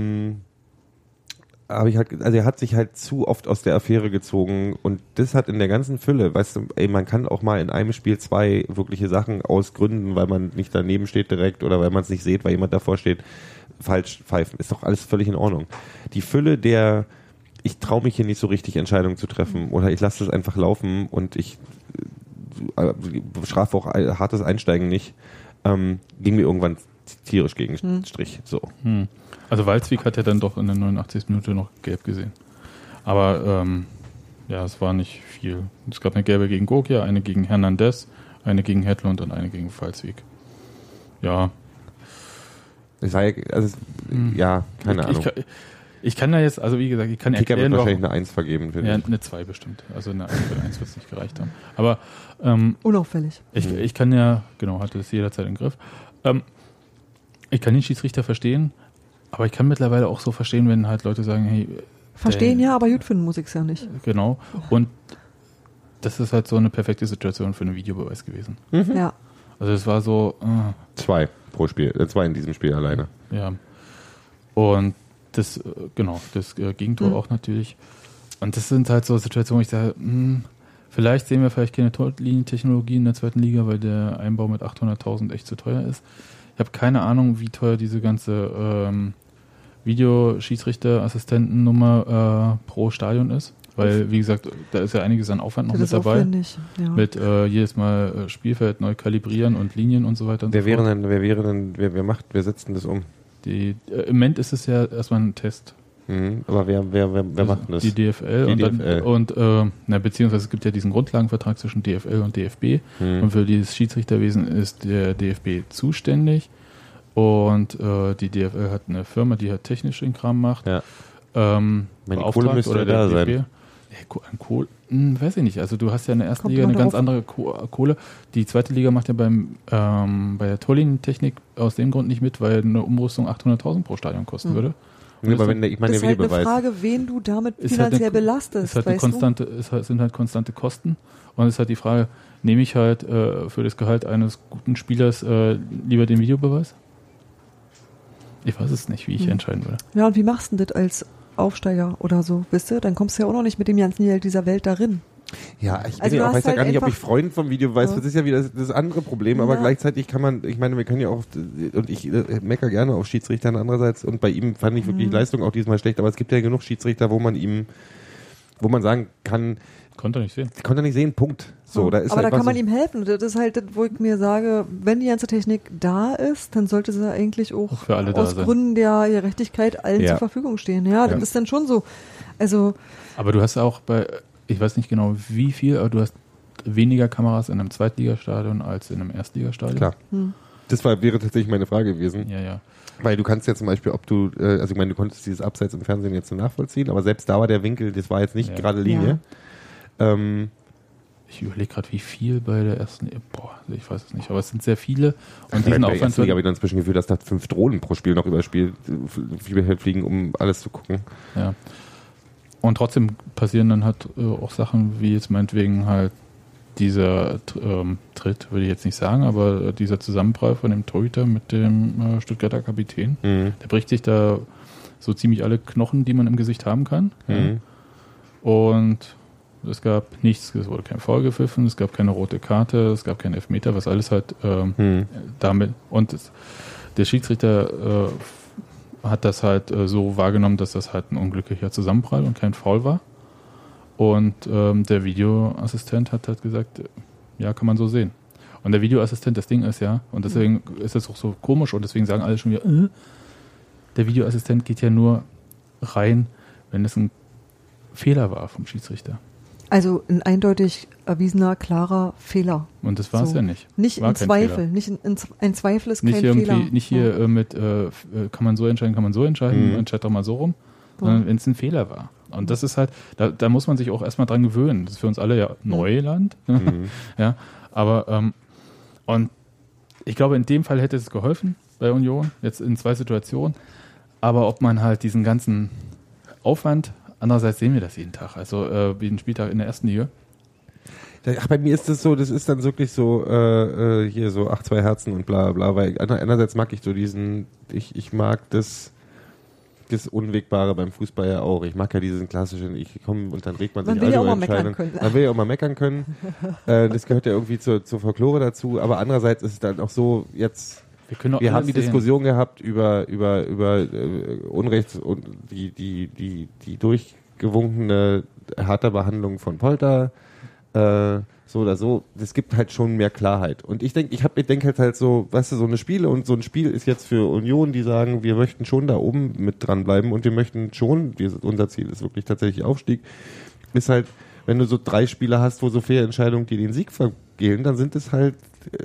habe ich halt, also er hat sich halt zu oft aus der Affäre gezogen und das hat in der ganzen Fülle, weißt du, man kann auch mal in einem Spiel 2 wirkliche Sachen ausgründen, weil man nicht daneben steht direkt oder weil man es nicht sieht, weil jemand davor steht, falsch pfeifen. Ist doch alles völlig in Ordnung. Die Fülle der ich traue mich hier nicht so richtig, Entscheidungen zu treffen oder ich lasse das einfach laufen und ich strafe auch hartes Einsteigen nicht, ging mir irgendwann tierisch gegen den Strich. So. Also Walzwig hat ja dann doch in der 89. Minute noch gelb gesehen. Aber ja, es war nicht viel. Es gab eine gelbe gegen Gogia, eine gegen Hernandez, eine gegen Hedlund und eine gegen Walzwig. Ja. Es war ja, keine Ahnung. Ich kann da jetzt, also wie gesagt, ich kann Kicker erklären, wird wahrscheinlich eine 1 vergeben. Ja, eine 2 bestimmt. Also eine 1 wird es nicht gereicht haben. Aber unauffällig. Ich kann ja, genau, hatte das jederzeit im Griff. Ich kann den Schiedsrichter verstehen, aber ich kann mittlerweile auch so verstehen, wenn halt Leute sagen, hey... Verstehen ja, aber gut finden muss ich es ja nicht. Genau. Und das ist halt so eine perfekte Situation für einen Videobeweis gewesen. Ja. Also es war so... 2 pro Spiel, 2 in diesem Spiel alleine. Ja. Und das, genau, das Gegentor auch natürlich. Und das sind halt so Situationen, wo ich sage, vielleicht sehen wir vielleicht keine Torlinientechnologie in der 2. Liga, weil der Einbau mit 800.000 echt zu teuer ist. Ich habe keine Ahnung, wie teuer diese ganze Videoschiedsrichter-Assistentennummer pro Stadion ist. Weil, wie gesagt, da ist ja einiges an Aufwand noch mit dabei. Ja. Mit jedes Mal Spielfeld neu kalibrieren und Linien und so weiter. Und wer setzt denn das um? Im Moment ist es ja erstmal ein Test. Aber wer macht das? Die DFL. Beziehungsweise es gibt ja diesen Grundlagenvertrag zwischen DFL und DFB. Und für dieses Schiedsrichterwesen ist der DFB zuständig. Und die DFL hat eine Firma, die halt technisch den Kram macht. Ja. Die Kohle müsste oder da der sein. Weiß ich nicht. Also du hast ja in der ersten Liga eine ganz andere Kohle. Die zweite Liga macht ja bei der Torlinientechnik aus dem Grund nicht mit, weil eine Umrüstung 800.000 pro Stadion kosten würde. Aber wenn ich meine, das ist halt eine Frage, wen du damit finanziell belastest. Sind halt konstante Kosten. Und es ist halt die Frage, nehme ich halt für das Gehalt eines guten Spielers lieber den Videobeweis? Ich weiß es nicht, wie ich entscheiden würde. Ja, und wie machst du denn das als Aufsteiger oder so, wisst ihr? Dann kommst du ja auch noch nicht mit dem ganzen Geld dieser Welt darin. Ja, ich weiß ja gar nicht, ob ich Freund vom Video weiß. Das ist ja wieder das andere Problem, aber gleichzeitig kann man, ich meine, wir können ja auch, und ich meckere gerne auf Schiedsrichtern andererseits, und bei ihm fand ich wirklich Leistung auch diesmal schlecht, aber es gibt ja genug Schiedsrichter, wo man sagen kann, Konnte er nicht sehen, Punkt. So, da ist aber halt da kann man ihm helfen. Das ist halt das, wo ich mir sage, wenn die ganze Technik da ist, dann sollte sie eigentlich auch für alle aus Gründen der Gerechtigkeit allen zur Verfügung stehen. Ja, das ist dann schon so. Also, aber du hast auch ich weiß nicht genau wie viel, aber du hast weniger Kameras in einem Zweitligastadion als in einem Erstligastadion. Klar. Das wäre tatsächlich meine Frage gewesen. Ja. Weil du kannst ja zum Beispiel, also ich meine, du konntest dieses Abseits im Fernsehen jetzt so nachvollziehen, aber selbst da war der Winkel, das war jetzt nicht gerade Linie. Ja. Ich überlege gerade, wie viel bei der ersten, ich weiß es nicht, aber es sind sehr viele. Und diesen Aufwand. Ich habe dann inzwischen Gefühl, dass da 5 Drohnen pro Spiel noch übers Spiel fliegen, um alles zu gucken. Ja. Und trotzdem passieren dann halt auch Sachen, wie jetzt meinetwegen halt dieser Tritt, würde ich jetzt nicht sagen, aber dieser Zusammenprall von dem Torhüter mit dem Stuttgarter Kapitän, der bricht sich da so ziemlich alle Knochen, die man im Gesicht haben kann. Ja. Und es gab nichts, es wurde kein Foul gepfiffen, es gab keine rote Karte, es gab keinen Elfmeter, was alles halt damit, und der Schiedsrichter hat das halt so wahrgenommen, dass das halt ein unglücklicher Zusammenprall und kein Foul war. Und der Videoassistent hat halt gesagt, ja, kann man so sehen. Und der Videoassistent, das Ding ist und deswegen ist es auch so komisch und deswegen sagen alle schon wieder, der Videoassistent geht ja nur rein, wenn es ein Fehler war vom Schiedsrichter. Also ein eindeutig erwiesener, klarer Fehler. Und das war es ja nicht. Nicht war ein Zweifel. Nicht ein Zweifel ist kein Fehler. Nicht hier mit, kann man so entscheiden, entscheid doch mal so rum, sondern wenn es ein Fehler war. Und das ist halt, da muss man sich auch erstmal dran gewöhnen. Das ist für uns alle ja Neuland. Ja, aber und ich glaube, in dem Fall hätte es geholfen bei Union, jetzt in 2 Situationen. Aber ob man halt diesen ganzen Aufwand, andererseits sehen wir das jeden Tag, also wie ein Spieltag in der ersten Liga. Ach, bei mir ist das so, das ist dann wirklich so, hier so 2 Herzen und bla bla, weil einerseits mag ich so ich mag das Unwegbare beim Fußball ja auch. Ich mag ja diesen klassischen, ich komme und dann regt man sich Man will ja auch mal meckern können. Man will ja auch mal meckern können. Das gehört ja irgendwie zur Folklore dazu, aber andererseits ist es dann auch so, jetzt wir haben die Diskussion gehabt über Unrechts und die durchgewunkene harte Behandlung von Polter, so oder so. Es gibt halt schon mehr Klarheit. Und ich denke halt so, weißt du, so ein Spiel ist jetzt für Union, die sagen, wir möchten schon da oben mit dranbleiben und wir möchten schon, unser Ziel ist wirklich tatsächlich Aufstieg, ist halt, wenn du so 3 Spiele hast, wo so Fehlentscheidungen dir den Sieg vergehen, dann sind es halt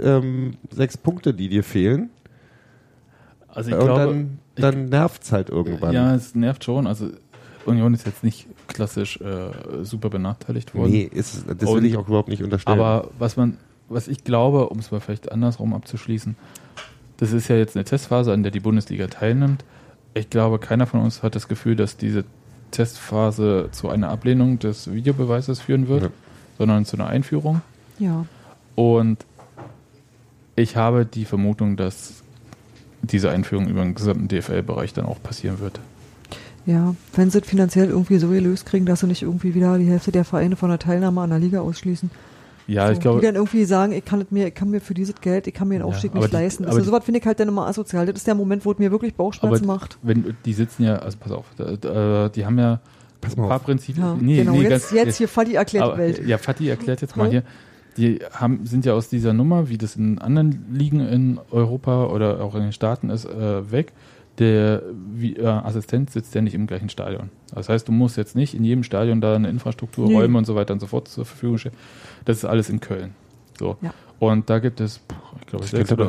6 Punkte, die dir fehlen. Also ich glaube, dann nervt's halt irgendwann. Ja, es nervt schon. Also Union ist jetzt nicht klassisch super benachteiligt worden. Nee, das will ich auch überhaupt nicht unterstellen. Aber was ich glaube, um es mal vielleicht andersrum abzuschließen, das ist ja jetzt eine Testphase, an der die Bundesliga teilnimmt. Ich glaube, keiner von uns hat das Gefühl, dass diese Testphase zu einer Ablehnung des Videobeweises führen wird, sondern zu einer Einführung. Ja. Und ich habe die Vermutung, dass diese Einführung über den gesamten DFL-Bereich dann auch passieren wird. Ja, wenn sie es finanziell irgendwie so gelöst kriegen, dass sie nicht irgendwie wieder die Hälfte der Vereine von der Teilnahme an der Liga ausschließen. Ja, so, ich glaube. Die dann irgendwie sagen, ich kann mir für dieses Geld, ich kann mir den Aufstieg nicht leisten. Also sowas finde ich halt dann immer asozial. Das ist der Moment, wo es mir wirklich Bauchschmerzen macht. Die sitzen ja, also pass auf, die haben ja ein paar Prinzipien. Ja, genau, jetzt hier Fatih erklärt Welt. Ja, Fatih erklärt jetzt mal hier. Die sind ja aus dieser Nummer, wie das in anderen Ligen in Europa oder auch in den Staaten ist, weg. Der Assistent sitzt ja nicht im gleichen Stadion. Das heißt, du musst jetzt nicht in jedem Stadion da eine Infrastruktur, Räume und so weiter und so fort zur Verfügung stellen. Das ist alles in Köln. So. Ja. Und da gibt es, ich glaube,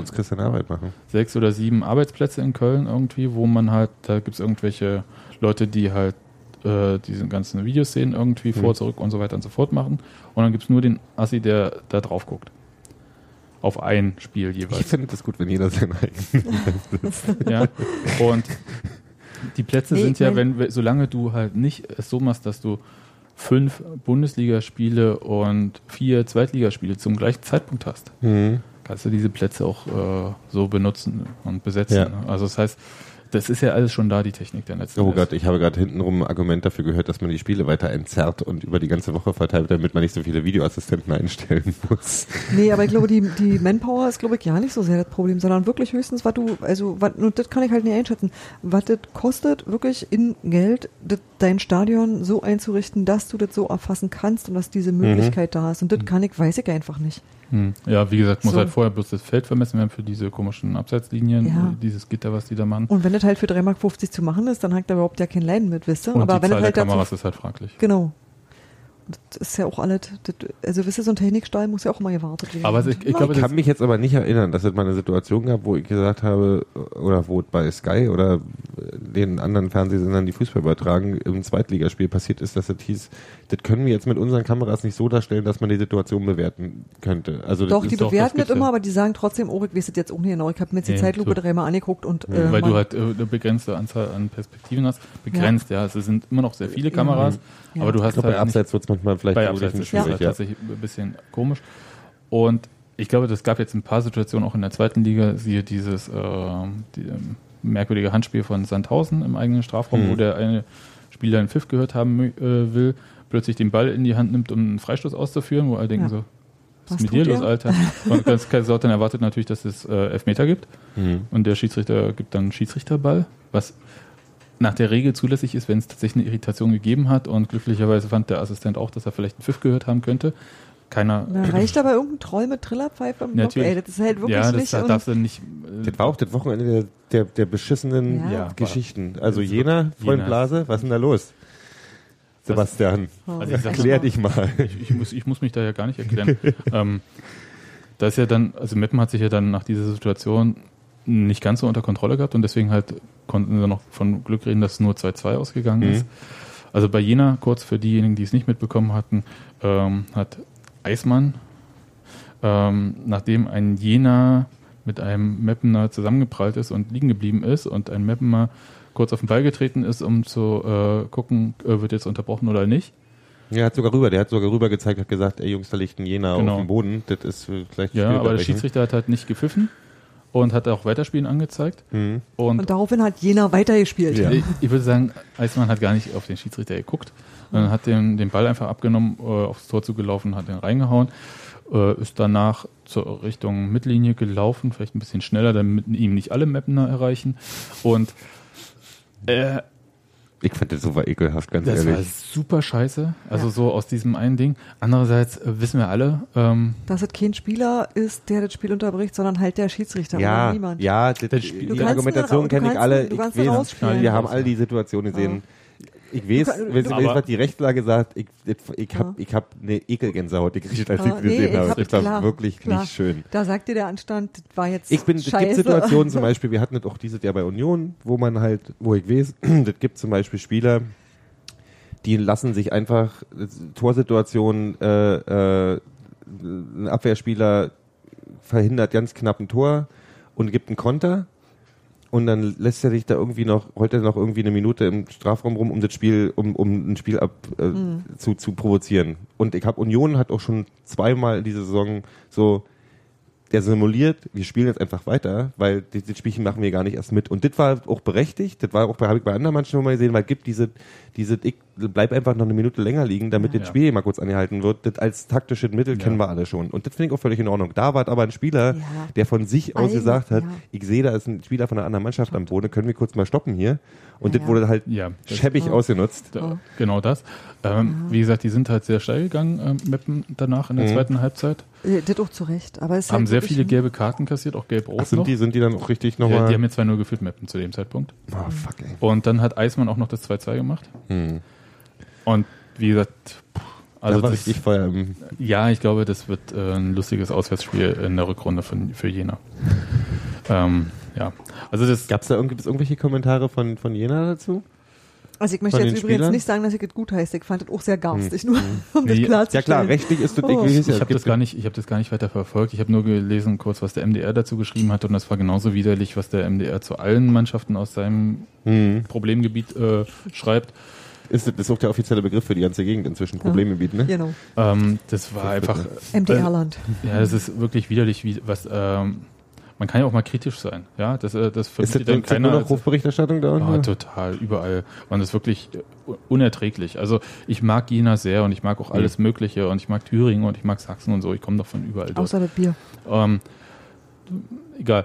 6 oder 7 Arbeitsplätze in Köln irgendwie, wo man halt, da gibt es irgendwelche Leute, die halt diese ganzen Videoszenen irgendwie vor, zurück und so weiter und so fort machen. Und dann gibt es nur den Assi, der da drauf guckt. Auf ein Spiel jeweils. Ich finde das gut, wenn jeder seinen eigenen Ja. Und die Plätze sind ja, solange du halt nicht es so machst, dass du 5 Bundesligaspiele und 4 Zweitligaspiele zum gleichen Zeitpunkt hast, kannst du diese Plätze auch so benutzen und besetzen. Ja. Ne? Also das heißt, das ist ja alles schon da, die Technik der letzten. Oh Gott, ich habe gerade hintenrum ein Argument dafür gehört, dass man die Spiele weiter entzerrt und über die ganze Woche verteilt, damit man nicht so viele Videoassistenten einstellen muss. Nee, aber ich glaube, die Manpower ist, glaube ich, ja nicht so sehr das Problem, sondern wirklich höchstens, und das kann ich halt nicht einschätzen, was das kostet, wirklich in Geld, dein Stadion so einzurichten, dass du das so erfassen kannst und dass diese Möglichkeit da ist. Und das weiß ich einfach nicht. Ja, wie gesagt, muss halt vorher bloß das Feld vermessen werden für diese komischen Abseitslinien, dieses Gitter, was die da machen. Und wenn das halt für 3,50 Mark zu machen ist, dann hat da überhaupt ja kein Leiden mit, wisst ihr? Und aber die wenn Zahl halt der Kameras ist halt fraglich. Genau. Das ist ja auch alles, also wisst ihr, so ein Technikstall muss ja auch immer gewartet werden. Aber ich glaube, ich kann mich jetzt aber nicht erinnern, dass es mal eine Situation gab, wo ich gesagt habe, oder wo bei Sky oder den anderen Fernsehsendern, die Fußball übertragen, im Zweitligaspiel passiert ist, dass es hieß, das können wir jetzt mit unseren Kameras nicht so darstellen, dass man die Situation bewerten könnte. Also doch, die bewerten das immer, aber die sagen trotzdem, ich weiß das jetzt auch nicht genau, ich habe mir jetzt die Zeitlupe 3-mal angeguckt und weil du halt eine begrenzte Anzahl an Perspektiven hast. Begrenzt, ja. Es sind immer noch sehr viele Kameras, aber du hast halt bei Abseits wird es manchmal vielleicht bei Abseits ist es halt tatsächlich ein bisschen komisch. Und ich glaube, das gab jetzt ein paar Situationen auch in der zweiten Liga, siehe dieses merkwürdige Handspiel von Sandhausen im eigenen Strafraum, wo der eine Spieler einen Pfiff gehört haben will, plötzlich den Ball in die Hand nimmt, um einen Freistoß auszuführen, wo alle denken so, was ist mit dir los, Alter? Und ganz Kaiserslautern erwartet natürlich, dass es Elfmeter gibt. Und der Schiedsrichter gibt dann einen Schiedsrichterball, was nach der Regel zulässig ist, wenn es tatsächlich eine Irritation gegeben hat. Und glücklicherweise fand der Assistent auch, dass er vielleicht einen Pfiff gehört haben könnte. Keiner. Da reicht aber irgendein Troll mit Trillerpfeife im Block. Ey, das ist halt wirklich nicht. Ja, das darfst du nicht. Das war auch das Wochenende der beschissenen Geschichten. Also Jena, Freund Blase, was ist denn da los? Sebastian, Also erklär dich mal. Ich muss mich da ja gar nicht erklären. Da ist ja dann, also Meppen hat sich ja dann nach dieser Situation nicht ganz so unter Kontrolle gehabt und deswegen halt konnten wir noch von Glück reden, dass nur 2-2 ausgegangen ist. Also bei Jena, kurz für diejenigen, die es nicht mitbekommen hatten, hat Eismann, nachdem ein Jena mit einem Meppener zusammengeprallt ist und liegen geblieben ist und ein Meppener kurz auf den Ball getreten ist, um zu gucken, wird jetzt unterbrochen oder nicht. Ja, der hat sogar rüber gezeigt, hat gesagt, ey Jungs, da liegt ein Jena auf dem Boden, das ist vielleicht ja, aber der Schiedsrichter hat halt nicht gepfiffen und hat auch Weiterspielen angezeigt. Und daraufhin hat Jena weitergespielt. Ja. Ich würde sagen, Eismann hat gar nicht auf den Schiedsrichter geguckt, sondern hat den Ball einfach abgenommen, aufs Tor zugelaufen, hat den reingehauen, ist danach zur Richtung Mittellinie gelaufen, vielleicht ein bisschen schneller, damit ihm nicht alle Mapner erreichen. Und ich fand das super ekelhaft, ganz ehrlich. Das war super scheiße, also so aus diesem einen Ding. Andererseits wissen wir alle, dass es kein Spieler ist, der das Spiel unterbricht, sondern halt der Schiedsrichter oder niemand. Ja, die Argumentation kenne ich alle. Wir haben all die Situationen gesehen. Ich weiß, was die Rechtslage sagt. Ich hab eine Ekelgänsehaut gekriegt, als ich das gesehen habe. Das war wirklich nicht schön. Da sagt dir der Anstand, das war jetzt es gibt Situationen zum Beispiel, wir hatten das auch dieses Jahr bei Union, wo ich weiß, das gibt zum Beispiel Spieler, die lassen sich einfach Torsituationen, ein Abwehrspieler verhindert ganz knapp ein Tor und gibt einen Konter. Und dann lässt er sich da rollt er noch irgendwie eine Minute im Strafraum rum, um ein Spiel zu provozieren. Und Union hat auch schon zweimal in dieser Saison so, der simuliert, wir spielen jetzt einfach weiter, weil das Spielchen machen wir gar nicht erst mit. Und das war auch berechtigt, das war auch habe ich bei anderen Mannschaften mal gesehen, weil es gibt ich bleib einfach noch eine Minute länger liegen, damit das Spiel mal kurz angehalten wird. Das als taktisches Mittel kennen wir alle schon. Und das finde ich auch völlig in Ordnung. Da war aber ein Spieler, der von sich aus gesagt hat, ich sehe, da ist ein Spieler von einer anderen Mannschaft am Boden, können wir kurz mal stoppen hier? Und das wurde halt schäbig ausgenutzt. Genau das. Wie gesagt, die sind halt sehr steil gegangen, Meppen danach in der zweiten Halbzeit. Das auch zu Recht. Aber es haben sehr viele gelbe Karten kassiert, auch gelb-rot. Sind die dann auch richtig nochmal? Die haben jetzt 2-0 geführt, Meppen, zu dem Zeitpunkt. Oh, fuck, ey. Und dann hat Eismann auch noch das 2-2 gemacht. Und wie gesagt, also da war richtig Feuer ja, ich glaube, das wird ein lustiges Auswärtsspiel in der Rückrunde für Jena. Ja, also das. Gibt's irgendwelche Kommentare von Jena dazu? Also ich möchte Von jetzt den übrigens Spielern? nicht sagen, dass ich es gut heiße. Ich fand es auch sehr garstig, nur um das klarzustellen. Ja klar, rechtlich ist das Ich habe das gar nicht weiter verfolgt. Ich habe nur gelesen kurz, was der MDR dazu geschrieben hat und das war genauso widerlich, was der MDR zu allen Mannschaften aus seinem Problemgebiet schreibt. Das ist auch der offizielle Begriff für die ganze Gegend inzwischen, Problemgebiet, ne? Genau. Das war einfach... MDR-Land. Ja, das ist wirklich widerlich, man kann ja auch mal kritisch sein, ja, das verbietet dann keiner. Nur noch Rufberichterstattung da? Oh, total, überall. Und das ist wirklich unerträglich. Also ich mag Jena sehr und ich mag auch alles Mögliche und ich mag Thüringen und ich mag Sachsen und so, ich komme doch von überall dort. Außer das Bier. Egal.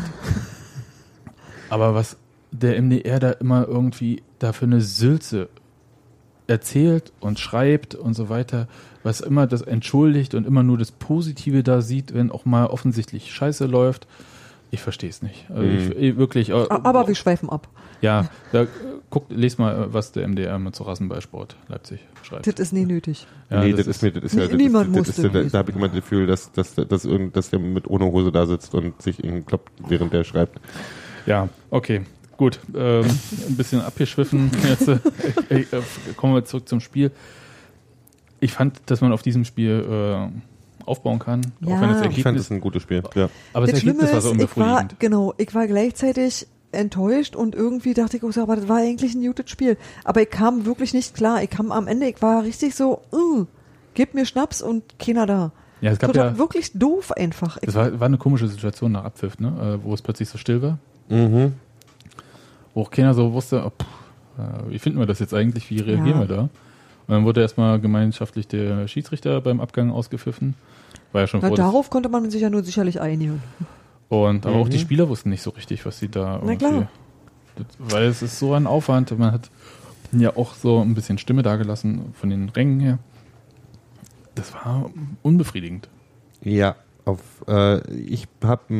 Aber was der MDR da immer irgendwie da für eine Sülze erzählt und schreibt und so weiter, was immer das entschuldigt und immer nur das Positive da sieht, wenn auch mal offensichtlich Scheiße läuft. Ich verstehe es nicht. Also wirklich. Aber wir schweifen ab. Ja, lest mal, was der MDR mit zu Rasenballsport Leipzig schreibt. Das ist nie nötig. Ja, nee, niemand muss. Da habe ich immer das Gefühl, dass der mit ohne Hose da sitzt und sich ihn kloppt, während der schreibt. Ja, okay. Gut, ein bisschen abgeschwiffen. Jetzt kommen wir zurück zum Spiel. Ich fand, dass man auf diesem Spiel aufbauen kann. Ja. Auch wenn das Ergebnis, ich fand es ein gutes Spiel. Ja. Aber das Ergebnis war so unbefriedigend. Ich war gleichzeitig enttäuscht und irgendwie dachte ich, oh, aber das war eigentlich ein gutes Spiel. Aber ich kam wirklich nicht klar. Ich war richtig so, gib mir Schnaps und keiner da. Ja, es gab wirklich doof einfach. Das war eine komische Situation nach Abpfiff, ne? Wo es plötzlich so still war. Mhm. Wo auch keiner so wusste, wie finden wir das jetzt eigentlich, wie reagieren wir da? Und dann wurde erstmal gemeinschaftlich der Schiedsrichter beim Abgang ausgepfiffen. War ja schon darauf konnte man sich ja nur sicherlich einigen. Aber auch die Spieler wussten nicht so richtig, was sie da irgendwie... Na klar. Weil es ist so ein Aufwand, man hat ja auch so ein bisschen Stimme dagelassen von den Rängen her. Das war unbefriedigend. Ja, ich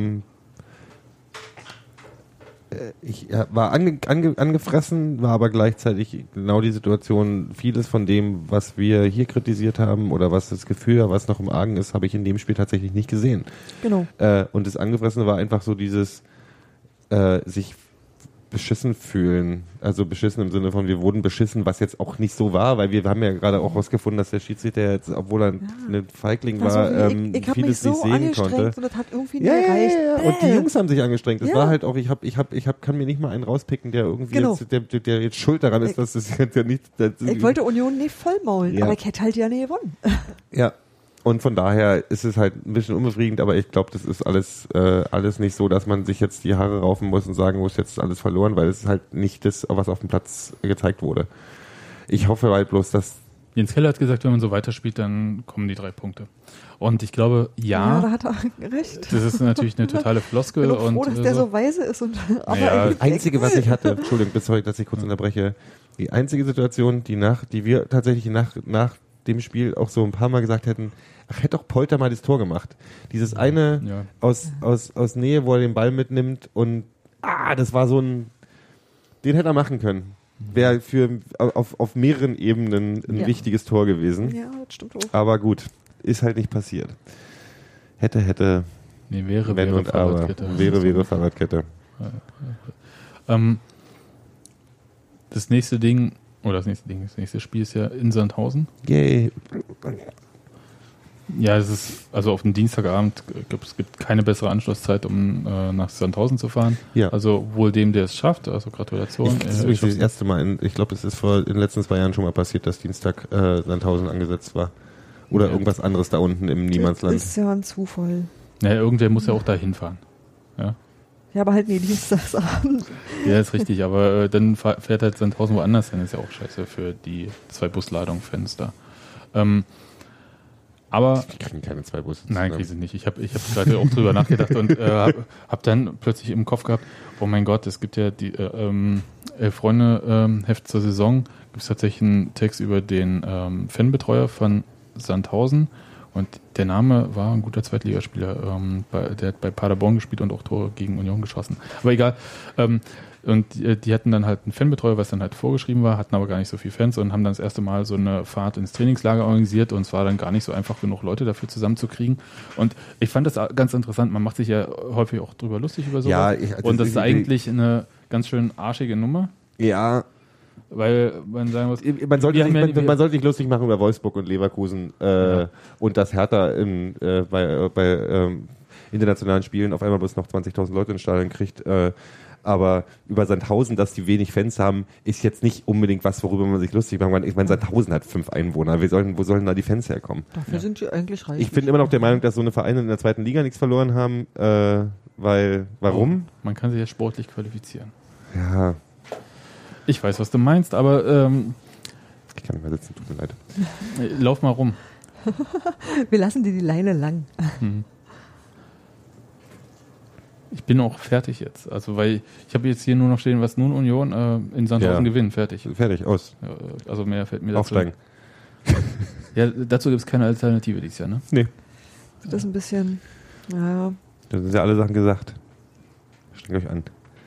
war angefressen, war aber gleichzeitig genau die Situation, vieles von dem, was wir hier kritisiert haben oder was das Gefühl, was noch im Argen ist, habe ich in dem Spiel tatsächlich nicht gesehen. Genau. Und das Angefressene war einfach so dieses sich beschissen fühlen. Also beschissen im Sinne von, wir wurden beschissen, was jetzt auch nicht so war, weil wir haben ja gerade auch rausgefunden, dass der Schiedsrichter jetzt, obwohl er ein Feigling war, vieles nicht sehen konnte. Und das hat irgendwie nicht gereicht. Und die Jungs haben sich angestrengt. Das war halt auch, kann mir nicht mal einen rauspicken, der irgendwie der jetzt schuld daran ist, dass das jetzt ja nicht... Ich wollte Union nicht vollmaulen, aber ich hätte halt ja nie gewonnen. Ja. Und von daher ist es halt ein bisschen unbefriedigend, aber ich glaube, das ist alles nicht so, dass man sich jetzt die Haare raufen muss und sagen muss, jetzt ist alles verloren, weil es ist halt nicht das, was auf dem Platz gezeigt wurde. Ich hoffe halt bloß, dass... Jens Keller hat gesagt, wenn man so weiterspielt, dann kommen die 3 Punkte. Und ich glaube, ja, da hat er recht. Das ist natürlich eine totale Floskel. Ich bin froh, dass der so weise ist. Das Einzige, was ich hatte, Entschuldigung, dass ich kurz unterbreche, die einzige Situation, die wir tatsächlich nach dem Spiel auch so ein paar Mal gesagt hätten, hätte auch Polter mal das Tor gemacht. Dieses eine aus Nähe, wo er den Ball mitnimmt und das war so den hätte er machen können. Wäre auf mehreren Ebenen ein wichtiges Tor gewesen. Ja, das stimmt auch. Aber gut, ist halt nicht passiert. Hätte. Nee, wäre Fahrradkette. Wäre Fahrradkette. Das nächste Spiel ist ja in Sandhausen. Yay. Ja, es ist also auf den Dienstagabend, ich glaube, es gibt keine bessere Anschlusszeit, um nach Sandhausen zu fahren. Ja. Also wohl dem, der es schafft, also Gratulation. Das ist wirklich das erste Mal, ich glaube, es ist in den letzten 2 Jahren schon mal passiert, dass Dienstag Sandhausen angesetzt war. Oder irgendwas anderes da unten im Niemandsland. Das ist ja ein Zufall. Ja, irgendwer muss ja auch da hinfahren. Ja. Ja, aber halt Dienstagsabend. Ja, ist richtig, aber dann fährt halt Sandhausen woanders hin, ist ja auch scheiße für die 2 Busladungen-Fans da. Aber die kriegen keine 2 Busse. Nein, kriegen sie nicht. Ich hab gerade auch drüber nachgedacht und hab dann plötzlich im Kopf gehabt, oh mein Gott, es gibt ja die 11 Freunde Heft zur Saison, gibt es tatsächlich einen Text über den Fanbetreuer von Sandhausen und der Name war ein guter Zweitligaspieler, der hat bei Paderborn gespielt und auch Tore gegen Union geschossen. Aber egal. Und die hatten dann halt einen Fanbetreuer, was dann halt vorgeschrieben war, hatten aber gar nicht so viele Fans und haben dann das erste Mal so eine Fahrt ins Trainingslager organisiert und es war dann gar nicht so einfach, genug Leute dafür zusammenzukriegen. Und ich fand das ganz interessant. Man macht sich ja häufig auch drüber lustig über sowas. Ja, und das ist eigentlich eine ganz schön arschige Nummer. Ja, Weil man sagen muss, man sollte sich lustig machen über Wolfsburg und Leverkusen und dass Hertha bei internationalen Spielen auf einmal bloß noch 20.000 Leute ins Stadion kriegt. Aber über Sandhausen, dass die wenig Fans haben, ist jetzt nicht unbedingt was, worüber man sich lustig machen kann. Ich meine, Sandhausen hat 5 Einwohner. Wo sollen da die Fans herkommen? Dafür sind die eigentlich reich. Ich bin immer noch der Meinung, dass so eine Vereine in der 2. Liga nichts verloren haben. Warum? Man kann sich ja sportlich qualifizieren. Ja. Ich weiß, was du meinst, aber ich kann nicht mehr sitzen, tut mir leid. Lauf mal rum. Wir lassen dir die Leine lang. Ich bin auch fertig jetzt. Also, weil ich habe jetzt hier nur noch stehen, was nun Union in Sandhausen gewinnt. Fertig. Fertig, aus. Ja, also mehr fällt mir dazu. Aufsteigen. Ja, dazu gibt es keine Alternative dieses Jahr, ne? Nee. Das ist ein bisschen, naja. Da sind ja alle Sachen gesagt. Strengt euch an.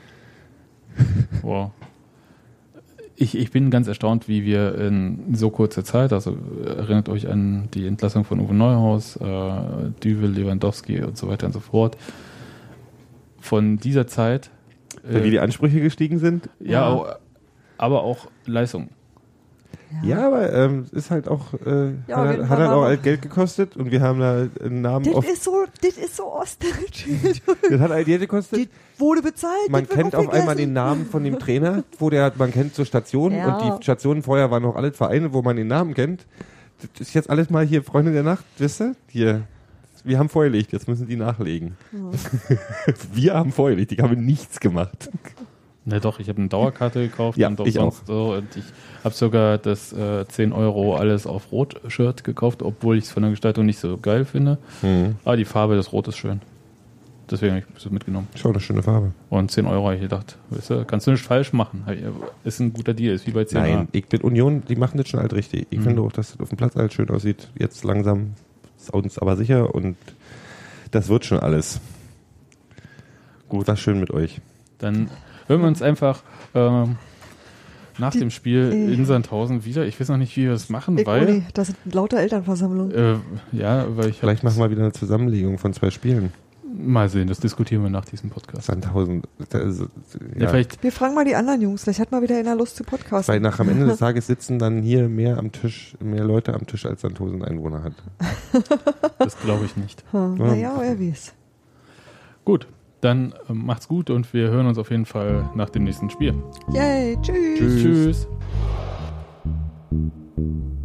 Wow. Ich bin ganz erstaunt, wie wir in so kurzer Zeit, also erinnert euch an die Entlassung von Uwe Neuhaus, Düvel, Lewandowski und so weiter und so fort. Von dieser Zeit. Wie die Ansprüche gestiegen sind? Ja. Aber auch Leistung. Ja, aber es ist halt auch, hat halt auch alt Geld gekostet und wir haben da einen Namen Das ist so ostdeutsch. Das hat alt Geld gekostet. Das wurde bezahlt. Man kennt auf einmal den Namen von dem Trainer, man kennt so Stationen und die Stationen vorher waren noch alle Vereine, wo man den Namen kennt. Das ist jetzt alles mal hier Freunde der Nacht, wisst ihr? Hier. Wir haben vorgelegt, jetzt müssen die nachlegen. Ja. Wir haben vorgelegt, die haben nichts gemacht. Na doch, ich habe eine Dauerkarte gekauft und ich sonst auch. So, und ich habe sogar das 10 € alles auf Rot-Shirt gekauft, obwohl ich es von der Gestaltung nicht so geil finde. Aber die Farbe des Rot ist schön. Deswegen habe ich es mitgenommen. Schon eine schöne Farbe. Und 10 € habe ich gedacht, weißt du, kannst du nicht falsch machen. Ist ein guter Deal, ist wie bei 10 €. Nein, ich bin Union, die machen das schon halt richtig. Ich finde auch, dass das auf dem Platz halt schön aussieht. Jetzt langsam ist uns aber sicher und das wird schon alles. Gut, war schön mit euch. Dann hören wir uns einfach nach dem Spiel in Sandhausen wieder. Ich weiß noch nicht, wie wir das machen, weil... Da sind lauter Elternversammlungen. Vielleicht machen wir wieder eine Zusammenlegung von 2 Spielen. Mal sehen, das diskutieren wir nach diesem Podcast. Sandhausen. Wir fragen mal die anderen Jungs, vielleicht hat mal wieder einer Lust zu podcasten. Weil am Ende des Tages sitzen dann hier mehr Leute am Tisch, als Sandhausen Einwohner hat. Das glaube ich nicht. Naja, wer weiß. Gut, dann macht's gut und wir hören uns auf jeden Fall nach dem nächsten Spiel. Yay, tschüss. Tschüss.